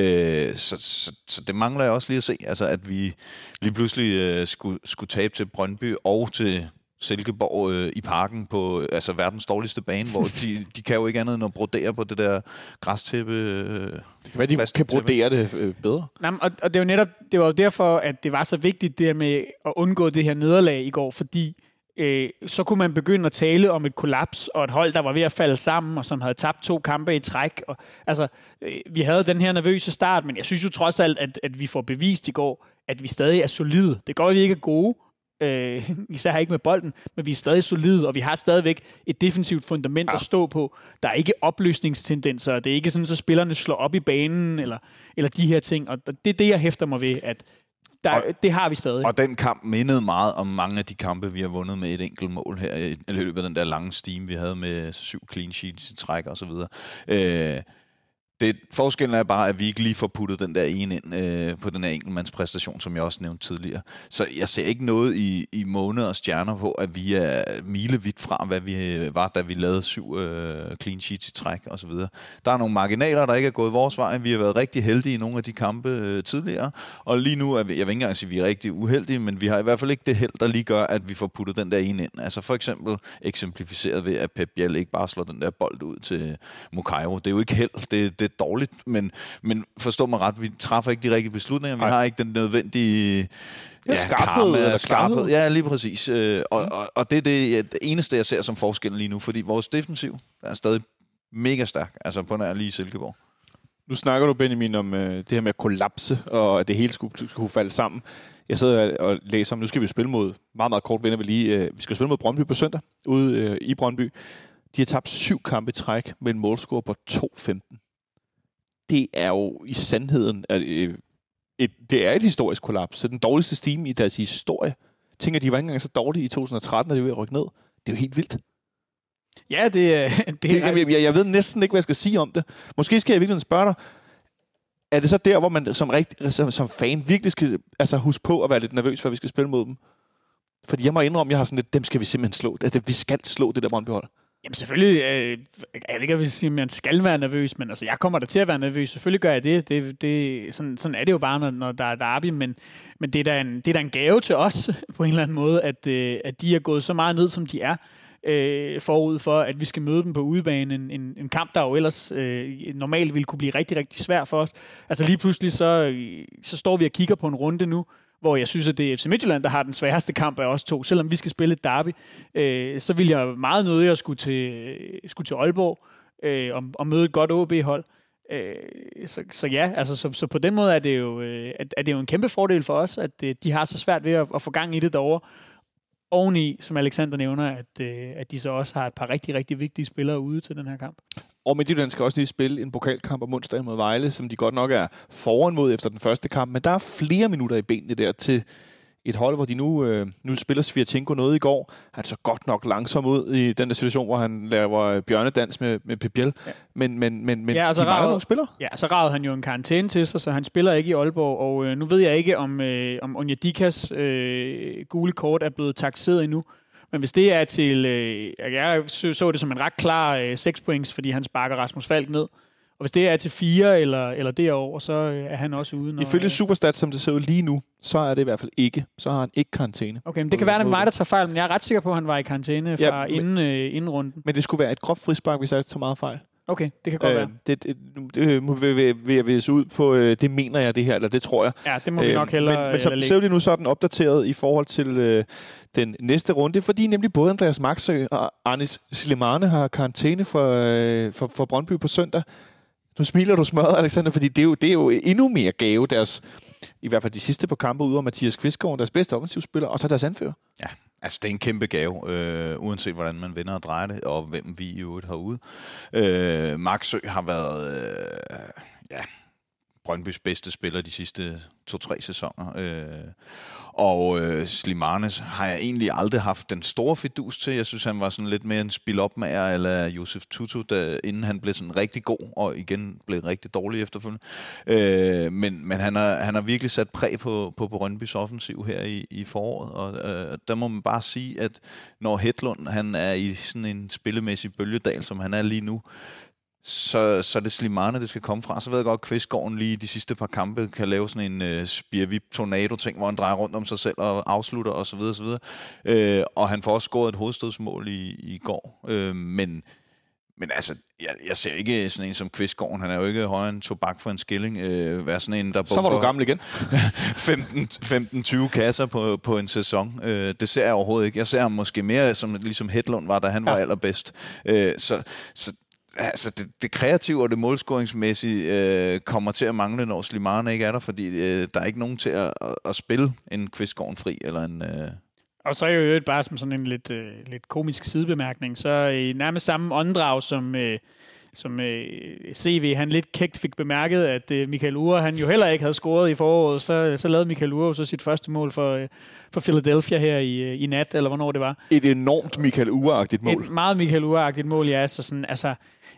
Så det mangler jeg også lige at se. Altså, at vi lige pludselig skulle tabe til Brøndby og til Silkeborg i parken på verdens dårligste bane, hvor de kan jo ikke andet end at brodere på det der græstæppe. Det kan være, de kan brodere det bedre. Nej, og det er jo netop, det var jo derfor, at det var så vigtigt det med at undgå det her nederlag i går, fordi så kunne man begynde at tale om et kollaps, og et hold, der var ved at falde sammen, og som havde tabt 2 kampe i træk. Og, vi havde den her nervøse start, men jeg synes jo trods alt, at vi får bevist i går, at vi stadig er solide. Det går, at vi ikke er gode, især ikke med bolden, men vi er stadig solide, og vi har stadigvæk et defensivt fundament at stå på. Der er ikke opløsningstendenser, det er ikke sådan, så spillerne slår op i banen, eller de her ting, og det er det, jeg hæfter mig ved, at det har vi stadig. Og den kamp mindede meget om mange af de kampe, vi har vundet med et enkelt mål her i løbet af den der lange steam, vi havde med 7 clean sheets i træk og så videre. Forskellen er bare, at vi ikke lige får puttet den der ene ind på den her enkeltmandspræstation, som jeg også nævnte tidligere. Så jeg ser ikke noget i måneder og stjerner på, at vi er milevidt fra, hvad vi var, da vi lavede 7 clean sheets i træk og så videre. Der er nogle marginaler, der ikke er gået vores vej. Vi har været rigtig heldige i nogle af de kampe tidligere, og lige nu er vi, jeg vil ikke engang sige, at vi er rigtig uheldige, men vi har i hvert fald ikke det held, der lige gør, at vi får puttet den der ene ind. Altså for eksempel eksemplificeret ved, at Pep Biel ikke bare slår den der bold ud til Mukairo. Det er jo ikke held, det er dårligt, men forstå mig ret, vi træffer ikke de rigtige beslutninger, vi har ikke den nødvendige skarphed. Ja, lige præcis. Og det er det eneste, jeg ser som forskel lige nu, fordi vores defensiv er stadig mega stærk, altså på nær lige Silkeborg. Nu snakker du, Benjamin, om det her med at kollapse, og at det hele skulle falde sammen. Jeg sidder og læser om, nu skal vi spille mod, meget kort vender vi lige, vi skal spille mod Brøndby på søndag, ude i Brøndby. De har tabt 7 kampe i træk med en målscore på 2-15. det er jo i sandheden, det er et historisk kollaps. Så den dårligste steam i deres historie. Jeg tænker, de var ikke engang så dårlige i 2013, da de var ved at rykke ned. Det er jo helt vildt. Ja, jeg ved næsten ikke, hvad jeg skal sige om det. Måske skal jeg virkelig spørge dig, er det så der, hvor man som fan virkelig skal huske på at være lidt nervøs, før vi skal spille mod dem? Fordi jeg må indrømme, jeg har sådan lidt, dem skal vi simpelthen slå. Vi skal slå det der Brøndby-hold. Jamen selvfølgelig, jeg ved ikke, at vi siger, at man skal være nervøs, men altså, jeg kommer da til at være nervøs. Selvfølgelig gør jeg det. Sådan er det jo bare, når der er derby, men det er da en gave til os på en eller anden måde, at de er gået så meget ned, som de er, forud for, at vi skal møde dem på udebane. En kamp, der jo ellers normalt ville kunne blive rigtig, rigtig svær for os. Altså lige pludselig, så står vi og kigger på en runde nu, hvor jeg synes, at det er FC Midtjylland, der har den sværeste kamp af os to. Selvom vi skal spille et derby, så vil jeg meget nødig at skulle til Aalborg og møde et godt OB-hold. Så ja, altså så på den måde er det jo en kæmpe fordel for os, at de har så svært ved at få gang i det derovre. Oveni, som Alexander nævner, at de så også har et par rigtig, rigtig vigtige spillere ude til den her kamp. Og Midtjylland skal også lige spille en pokalkamp om onsdag mod Vejle, som de godt nok er foran mod efter den første kamp, men der er flere minutter i benene der til et hold, hvor de nu spiller Svirchenko noget i går. Han så godt nok langsom ud i den der situation, hvor han laver bjørnedans med Pep Biel. Ja. Men ja, altså de mangler nogle spillere. Ja, så ragede han jo en karantæne til sig, så han spiller ikke i Aalborg, og nu ved jeg ikke, om Onyedikas gule kort er blevet takseret endnu. Men hvis det er til... jeg så det som en ret klar 6 points, fordi han sparker Rasmus Falk ned. Og hvis det er til 4 eller derover, så er han også ude. Ifølge Superstat, som det ser ud lige nu, så er det i hvert fald ikke. Så har han ikke karantæne. Okay, men det kan være, at det er mig, der tager fejl, men jeg er ret sikker på, at han var i karantæne fra inden runden. Men det skulle være et groft frispark, hvis jeg tager meget fejl. Okay, det kan godt være. Det vil jeg vise ud på, det mener jeg det her, eller det tror jeg. Ja, det må vi nok hellere. Men så ser det nu sådan opdateret i forhold til den næste runde, fordi nemlig både Andreas Maxø og Anis Slimane har karantæne for Brøndby på søndag. Nu smiler du smørret, Alexander, fordi det er jo endnu mere gave, deres, i hvert fald de sidste på kampe ude af Mathias Kvistgaard, deres bedste offensivspiller, og så deres anfører. Ja, altså det er en kæmpe gave, uanset hvordan man vender og drejer det, og hvem vi i øvrigt har ude. Maxø har været Brøndbys bedste spiller de sidste 2-3 sæsoner. Og Slimanes har jeg egentlig aldrig haft den store fidus til. Jeg synes, han var sådan lidt mere en spil-op-mager eller Josef Tutu, inden han blev sådan rigtig god, og igen blev rigtig dårlig efterfølgende. Men han har virkelig sat præg på Brøndbys offensiv her i foråret, og der må man bare sige, at når Hedlund han er i sådan en spillemæssig bølgedal, som han er lige nu, så er det Slimane, det skal komme fra. Så ved jeg godt, at Kvistgaard lige de sidste par kampe kan lave sådan en spirvip-tornado-ting, hvor han drejer rundt om sig selv og afslutter osv. Og han får også scoret et hovedstødsmål i går. Men altså, jeg ser ikke sådan en som Kvistgaard. Han er jo ikke højere end tobak for en skilling. Være sådan en, der så var du gammel igen. 15-20 kasser på en sæson. Det ser jeg overhovedet ikke. Jeg ser ham måske mere som ligesom Hedlund var, da han var allerbedst. Så altså det kreative og det målscoringsmæssige kommer til at mangle, når Slimane ikke er der, fordi der er ikke nogen til at spille en Kvistgaard fri eller en... Og så er jo det bare som sådan en lidt komisk sidebemærkning, så i nærmest samme åndedrag som CV, han lidt kægt fik bemærket, at Michael Uhre, han jo heller ikke havde scoret i foråret, så lavede Michael Uhre så sit første mål for Philadelphia her i nat, eller hvornår det var. Et enormt Michael Uhre-agtigt mål. Et meget Michael Uhre-agtigt mål, ja. Så sådan, altså,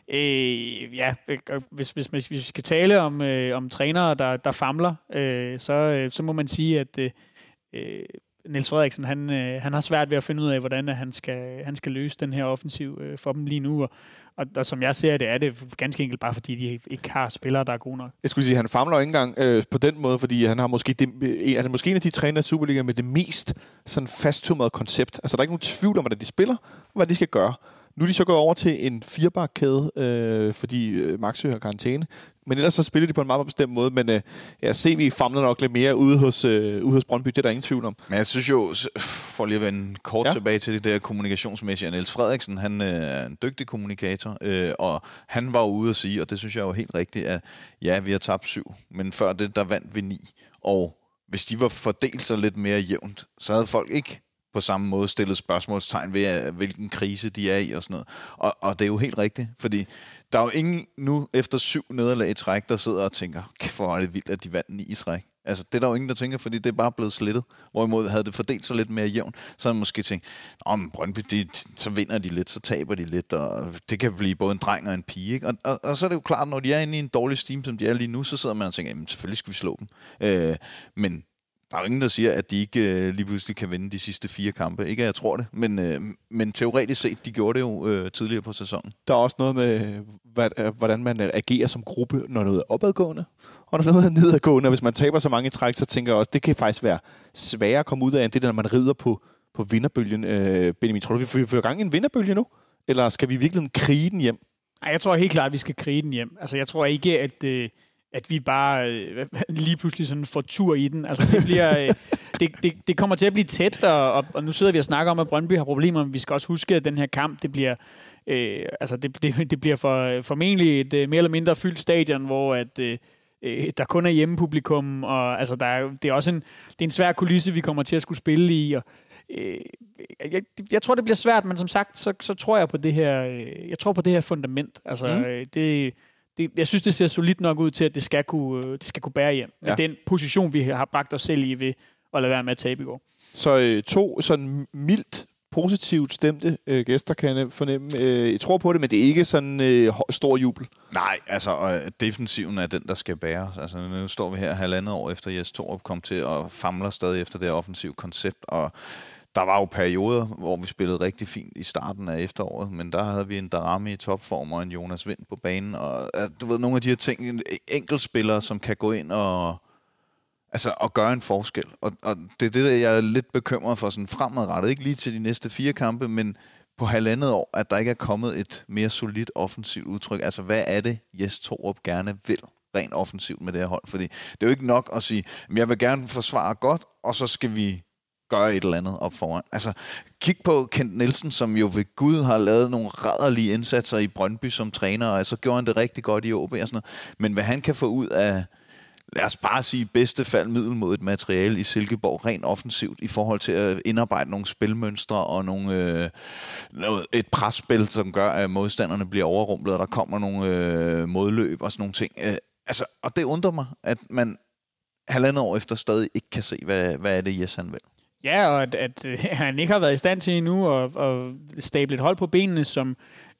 hvis vi skal tale om trænere, der famler, så må man sige, at Niels Frederiksen, han har svært ved at finde ud af, hvordan han skal løse den her offensiv for dem lige nu. Og som jeg ser det, er det ganske enkelt bare, fordi de ikke har spillere, der er gode nok. Jeg skulle sige, han famler jo ikke engang på den måde, fordi han har måske en af de trænere i Superliga med det mest sådan fasttømrede koncept. Altså, der er ikke nogen tvivl om, hvordan de spiller, hvad de skal gøre. Nu er de så gået over til en firebakkæde, fordi Maxø har karantæne. Men ellers så spiller de på en meget bestemt måde. Men jeg ser, vi famler nok lidt mere ude hos Brøndby. Det er der ingen tvivl om. Men jeg synes jo, for lige at vende kort tilbage til det der kommunikationsmæssige, Niels Frederiksen, han er en dygtig kommunikator, og han var ude at sige, og det synes jeg jo helt rigtigt, at ja, vi har tabt 7, men før det, der vandt vi 9. Og hvis de var fordelt sig lidt mere jævnt, så havde folk ikke på samme måde stillet spørgsmålstegn ved, hvilken krise de er i og sådan noget. Og det er jo helt rigtigt, fordi der er jo ingen nu efter 7 nederlag i træk, der sidder og tænker, hvor er det vildt, at de vandt 9 i træk. Altså, det er der jo ingen, der tænker, fordi det er bare blevet slettet. Hvorimod havde det fordelt sig lidt mere jævnt, så havde man måske tænkt, men Brøndby, så vinder de lidt, så taber de lidt, og det kan blive både en dreng og en pige, ikke? Og så er det jo klart, når de er inde i en dårlig steam, som de er lige nu, så sidder man og tænker, jamen selvfølgelig skal vi slå dem. Men der er jo ingen, der siger, at de ikke lige pludselig kan vinde de sidste 4 kampe. Ikke at jeg tror det, men teoretisk set, de gjorde det jo tidligere på sæsonen. Der er også noget med, hvordan man agerer som gruppe, når noget er opadgående, og når noget er nedadgående. Og hvis man taber så mange i træk, så tænker jeg også, det kan faktisk være sværere at komme ud af, end det der, når man rider på vinderbølgen. Benjamin, tror du, vi får gang i en vinderbølge nu? Eller skal vi virkelig krige den hjem? Nej, jeg tror helt klart, at vi skal krige den hjem. Altså, jeg tror ikke, at vi bare lige pludselig sådan får tur i den. Altså, det bliver, det kommer til at blive tæt, og nu sidder vi og snakker om, at Brøndby har problemer, men vi skal også huske, at den her kamp, det bliver, det bliver formentlig et mere eller mindre fyldt stadion, hvor at der kun er hjemmepublikum, og altså, det er også en svær kulisse, vi kommer til at skulle spille i, og jeg tror, det bliver svært, men som sagt, så tror jeg på det her, jeg tror på det her fundament. Altså, jeg synes, det ser solidt nok ud til, at det skal kunne bære hjem. Med den position, vi har bragt os selv i ved at lade være med at tabe i går. Så 2 sådan mildt positivt stemte gæster, kan jeg fornemme. Jeg tror på det, men det er ikke sådan stor jubel. Nej, altså defensiven er den, der skal bære. Altså nu står vi her 1,5 år efter Jes Torup kom til og famler stadig efter det offensive koncept, og der var jo perioder, hvor vi spillede rigtig fint i starten af efteråret, men der havde vi en Darami i topform og en Jonas Vind på banen, og du ved, nogle af de her ting, enkeltspillere, som kan gå ind og gøre en forskel. Og det er det, der jeg er lidt bekymret for sådan fremadrettet. Ikke lige til de næste 4 kampe, men på 1,5 år, at der ikke er kommet et mere solidt offensivt udtryk. Altså, hvad er det, Jes Torup gerne vil rent offensivt med det her hold? Fordi det er jo ikke nok at sige, at jeg vil gerne forsvare godt, og så skal vi gøre et eller andet op foran. Altså, kig på Kent Nielsen, som jo ved Gud har lavet nogle rædderlige indsatser i Brøndby som træner, og så gjorde han det rigtig godt i OB og sådan noget. Men hvad han kan få ud af, lad os bare sige, bedste fald middelmodigt materiale i Silkeborg, rent offensivt, i forhold til at indarbejde nogle spilmønstre og et presspil, som gør, at modstanderne bliver overrumplet, og der kommer nogle modløb og sådan nogle ting. Og det undrer mig, at man 1,5 år efter stadig ikke kan se, hvad er det, Jes han vil. Ja, og at han ikke har været i stand til endnu at stable et hold på benene, som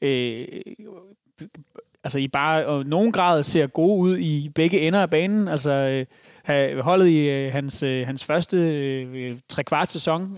i bare nogen grad ser gode ud i begge ender af banen. Altså holdet i hans første 3/4 sæson,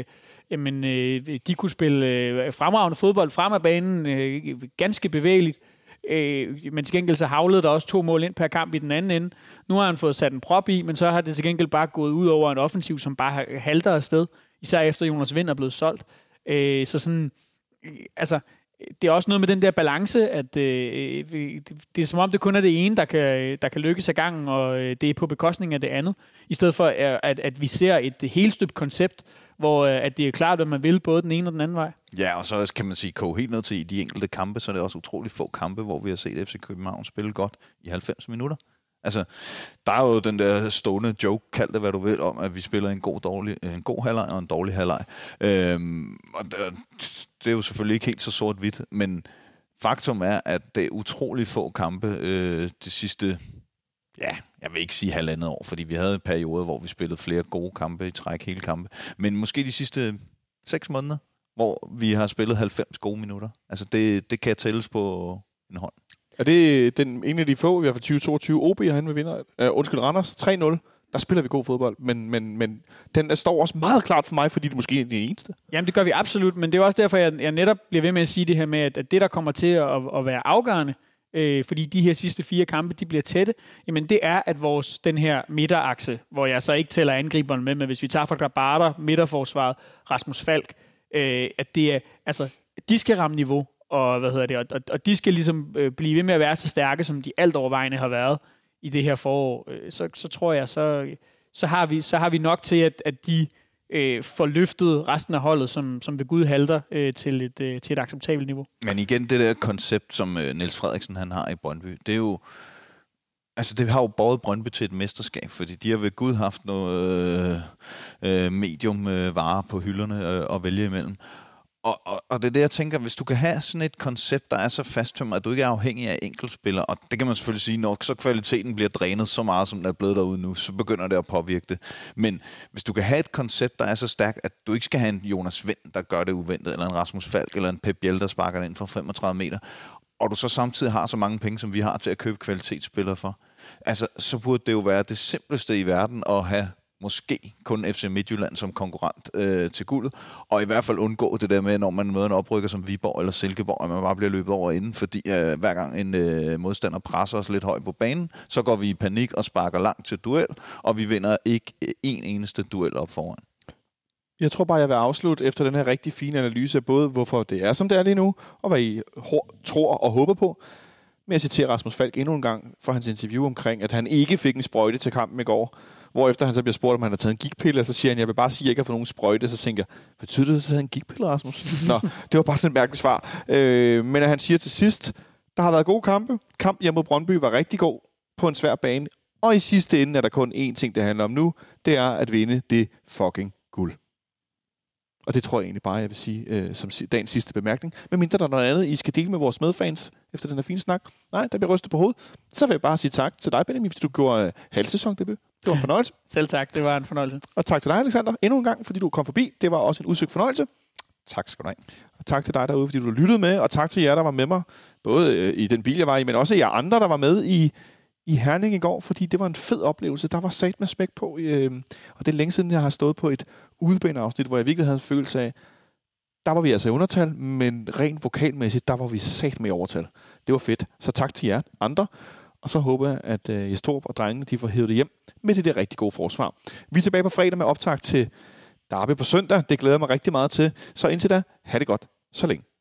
de kunne spille fremragende fodbold frem af banen, ganske bevægeligt. Men til gengæld så havlede der også 2 mål ind per kamp i den anden ende. Nu har han fået sat en prop i, men så har det til gengæld bare gået ud over en offensiv, som bare halter afsted, især efter Jonas Vind er blevet solgt. Så sådan, altså, det er også noget med den der balance, at det er som om, det kun er det ene, der kan lykkes af gangen, og det er på bekostning af det andet, i stedet for, at vi ser et helstøbt koncept, hvor at det er klart, at man vil både den ene og den anden vej. Ja, og så kan man sige, koge helt ned til de enkelte kampe, så er det også utroligt få kampe, hvor vi har set FC København spille godt i 90 minutter. Altså, der er jo den der stående joke, kald det hvad du vil, om at vi spiller en god halvleg og en dårlig halvleg. Og det er jo selvfølgelig ikke helt så sort-hvidt, men faktum er, at det er utroligt få kampe de sidste, jeg vil ikke sige 1,5 år, fordi vi havde en periode, hvor vi spillede flere gode kampe i træk, hele kampe, men måske de sidste 6 måneder, hvor vi har spillet 90 gode minutter. Altså, det kan tælles på en hånd. Er det en af de få, vi har fra 2022? OB har han med vinder. Randers 3-0. Der spiller vi god fodbold, men den står også meget klart for mig, fordi det måske er det eneste. Jamen, det gør vi absolut, men det er også derfor, jeg netop bliver ved med at sige det her med, at det, der kommer til at være afgørende, fordi de her sidste 4 kampe, de bliver tætte, jamen det er, at den her midterakse, hvor jeg så ikke tæller angriberen med, men hvis vi tager fra Grabara, midterforsvaret, Rasmus Falk, at det er, altså, de skal ramme niveau, og de skal ligesom blive ved med at være så stærke, som de alt overvejende har været i det her forår. Så tror jeg, så har vi nok til, at de får løftet resten af holdet, som ved Gud halter til et acceptabelt niveau. Men igen, det der koncept, som Niels Frederiksen han har i Brøndby, det er jo Altså, det har jo båret Brøndby til et mesterskab, fordi de har ved Gud haft noget medium varer på hylderne at vælge imellem. Og det er det, jeg tænker, hvis du kan have sådan et koncept, der er så fasttømret, at du ikke er afhængig af enkeltspillere, og det kan man selvfølgelig sige, når så kvaliteten bliver drænet så meget, som den er blevet derude nu, så begynder det at påvirke det. Men hvis du kan have et koncept, der er så stærkt, at du ikke skal have en Jonas Vind, der gør det uventet, eller en Rasmus Falk, eller en Pep Biel, der sparker den ind fra 35 meter, og du så samtidig har så mange penge, som vi har til at købe kvalitetsspillere for, altså, så burde det jo være det simpleste i verden at have måske kun FC Midtjylland som konkurrent til guldet, og i hvert fald undgå det der med, når man møder en oprykker som Viborg eller Silkeborg, at man bare bliver løbet over inden, fordi hver gang en modstander presser os lidt højt på banen, så går vi i panik og sparker langt til duel, og vi vinder ikke en eneste duel op foran. Jeg tror bare, jeg vil afslutte efter den her rigtig fine analyse af både, hvorfor det er, som det er lige nu, og hvad I tror og håber på. Men jeg citerer Rasmus Falk endnu en gang for hans interview omkring, at han ikke fik en sprøjte til kampen i går. Hvorefter han så bliver spurgt, om han har taget en gigtpille, og så siger han, jeg vil bare sige, at jeg ikke har fået nogen sprøjte. Så tænker jeg, betyder det, at du har taget en gigtpille, Rasmus? Nå, det var bare sådan et mærkeligt svar. Men han siger til sidst, der har været gode kampe. Kampen hjemme mod Brøndby var rigtig god på en svær bane. Og i sidste ende er der kun én ting, det handler om nu. Det er at vinde det fucking guld. Og det tror jeg egentlig bare, jeg vil sige som dagens sidste bemærkning. Men mindre der er noget andet, I skal dele med vores medfans efter den her fine snak. Nej, der bliver rystet på hovedet. Så vil jeg bare sige tak til dig, Benjamin, fordi du gjorde halvsæson debut. Det var en fornøjelse. Selv tak, det var en fornøjelse. Og tak til dig, Alexander, endnu en gang, fordi du kom forbi. Det var også en udsøgt fornøjelse. Tak skal du have. Og tak til dig derude, fordi du lyttede med. Og tak til jer, der var med mig. Både i den bil, jeg var i, men også jer andre, der var med i Herning i går, fordi det var en fed oplevelse. Der var sat med smæk på. Og det er længe siden, jeg har stået på et udebaneafsnit, hvor jeg virkelig havde en følelse af, der var vi altså i undertal, men rent vokalmæssigt, der var vi sat med i overtal. Det var fedt. Så tak til jer andre. Og så håber jeg, at Jestorp og drengene, de får hævet det hjem med det der rigtig gode forsvar. Vi er tilbage på fredag med optag til Derby på søndag. Det glæder jeg mig rigtig meget til. Så indtil da, ha' det godt så længe.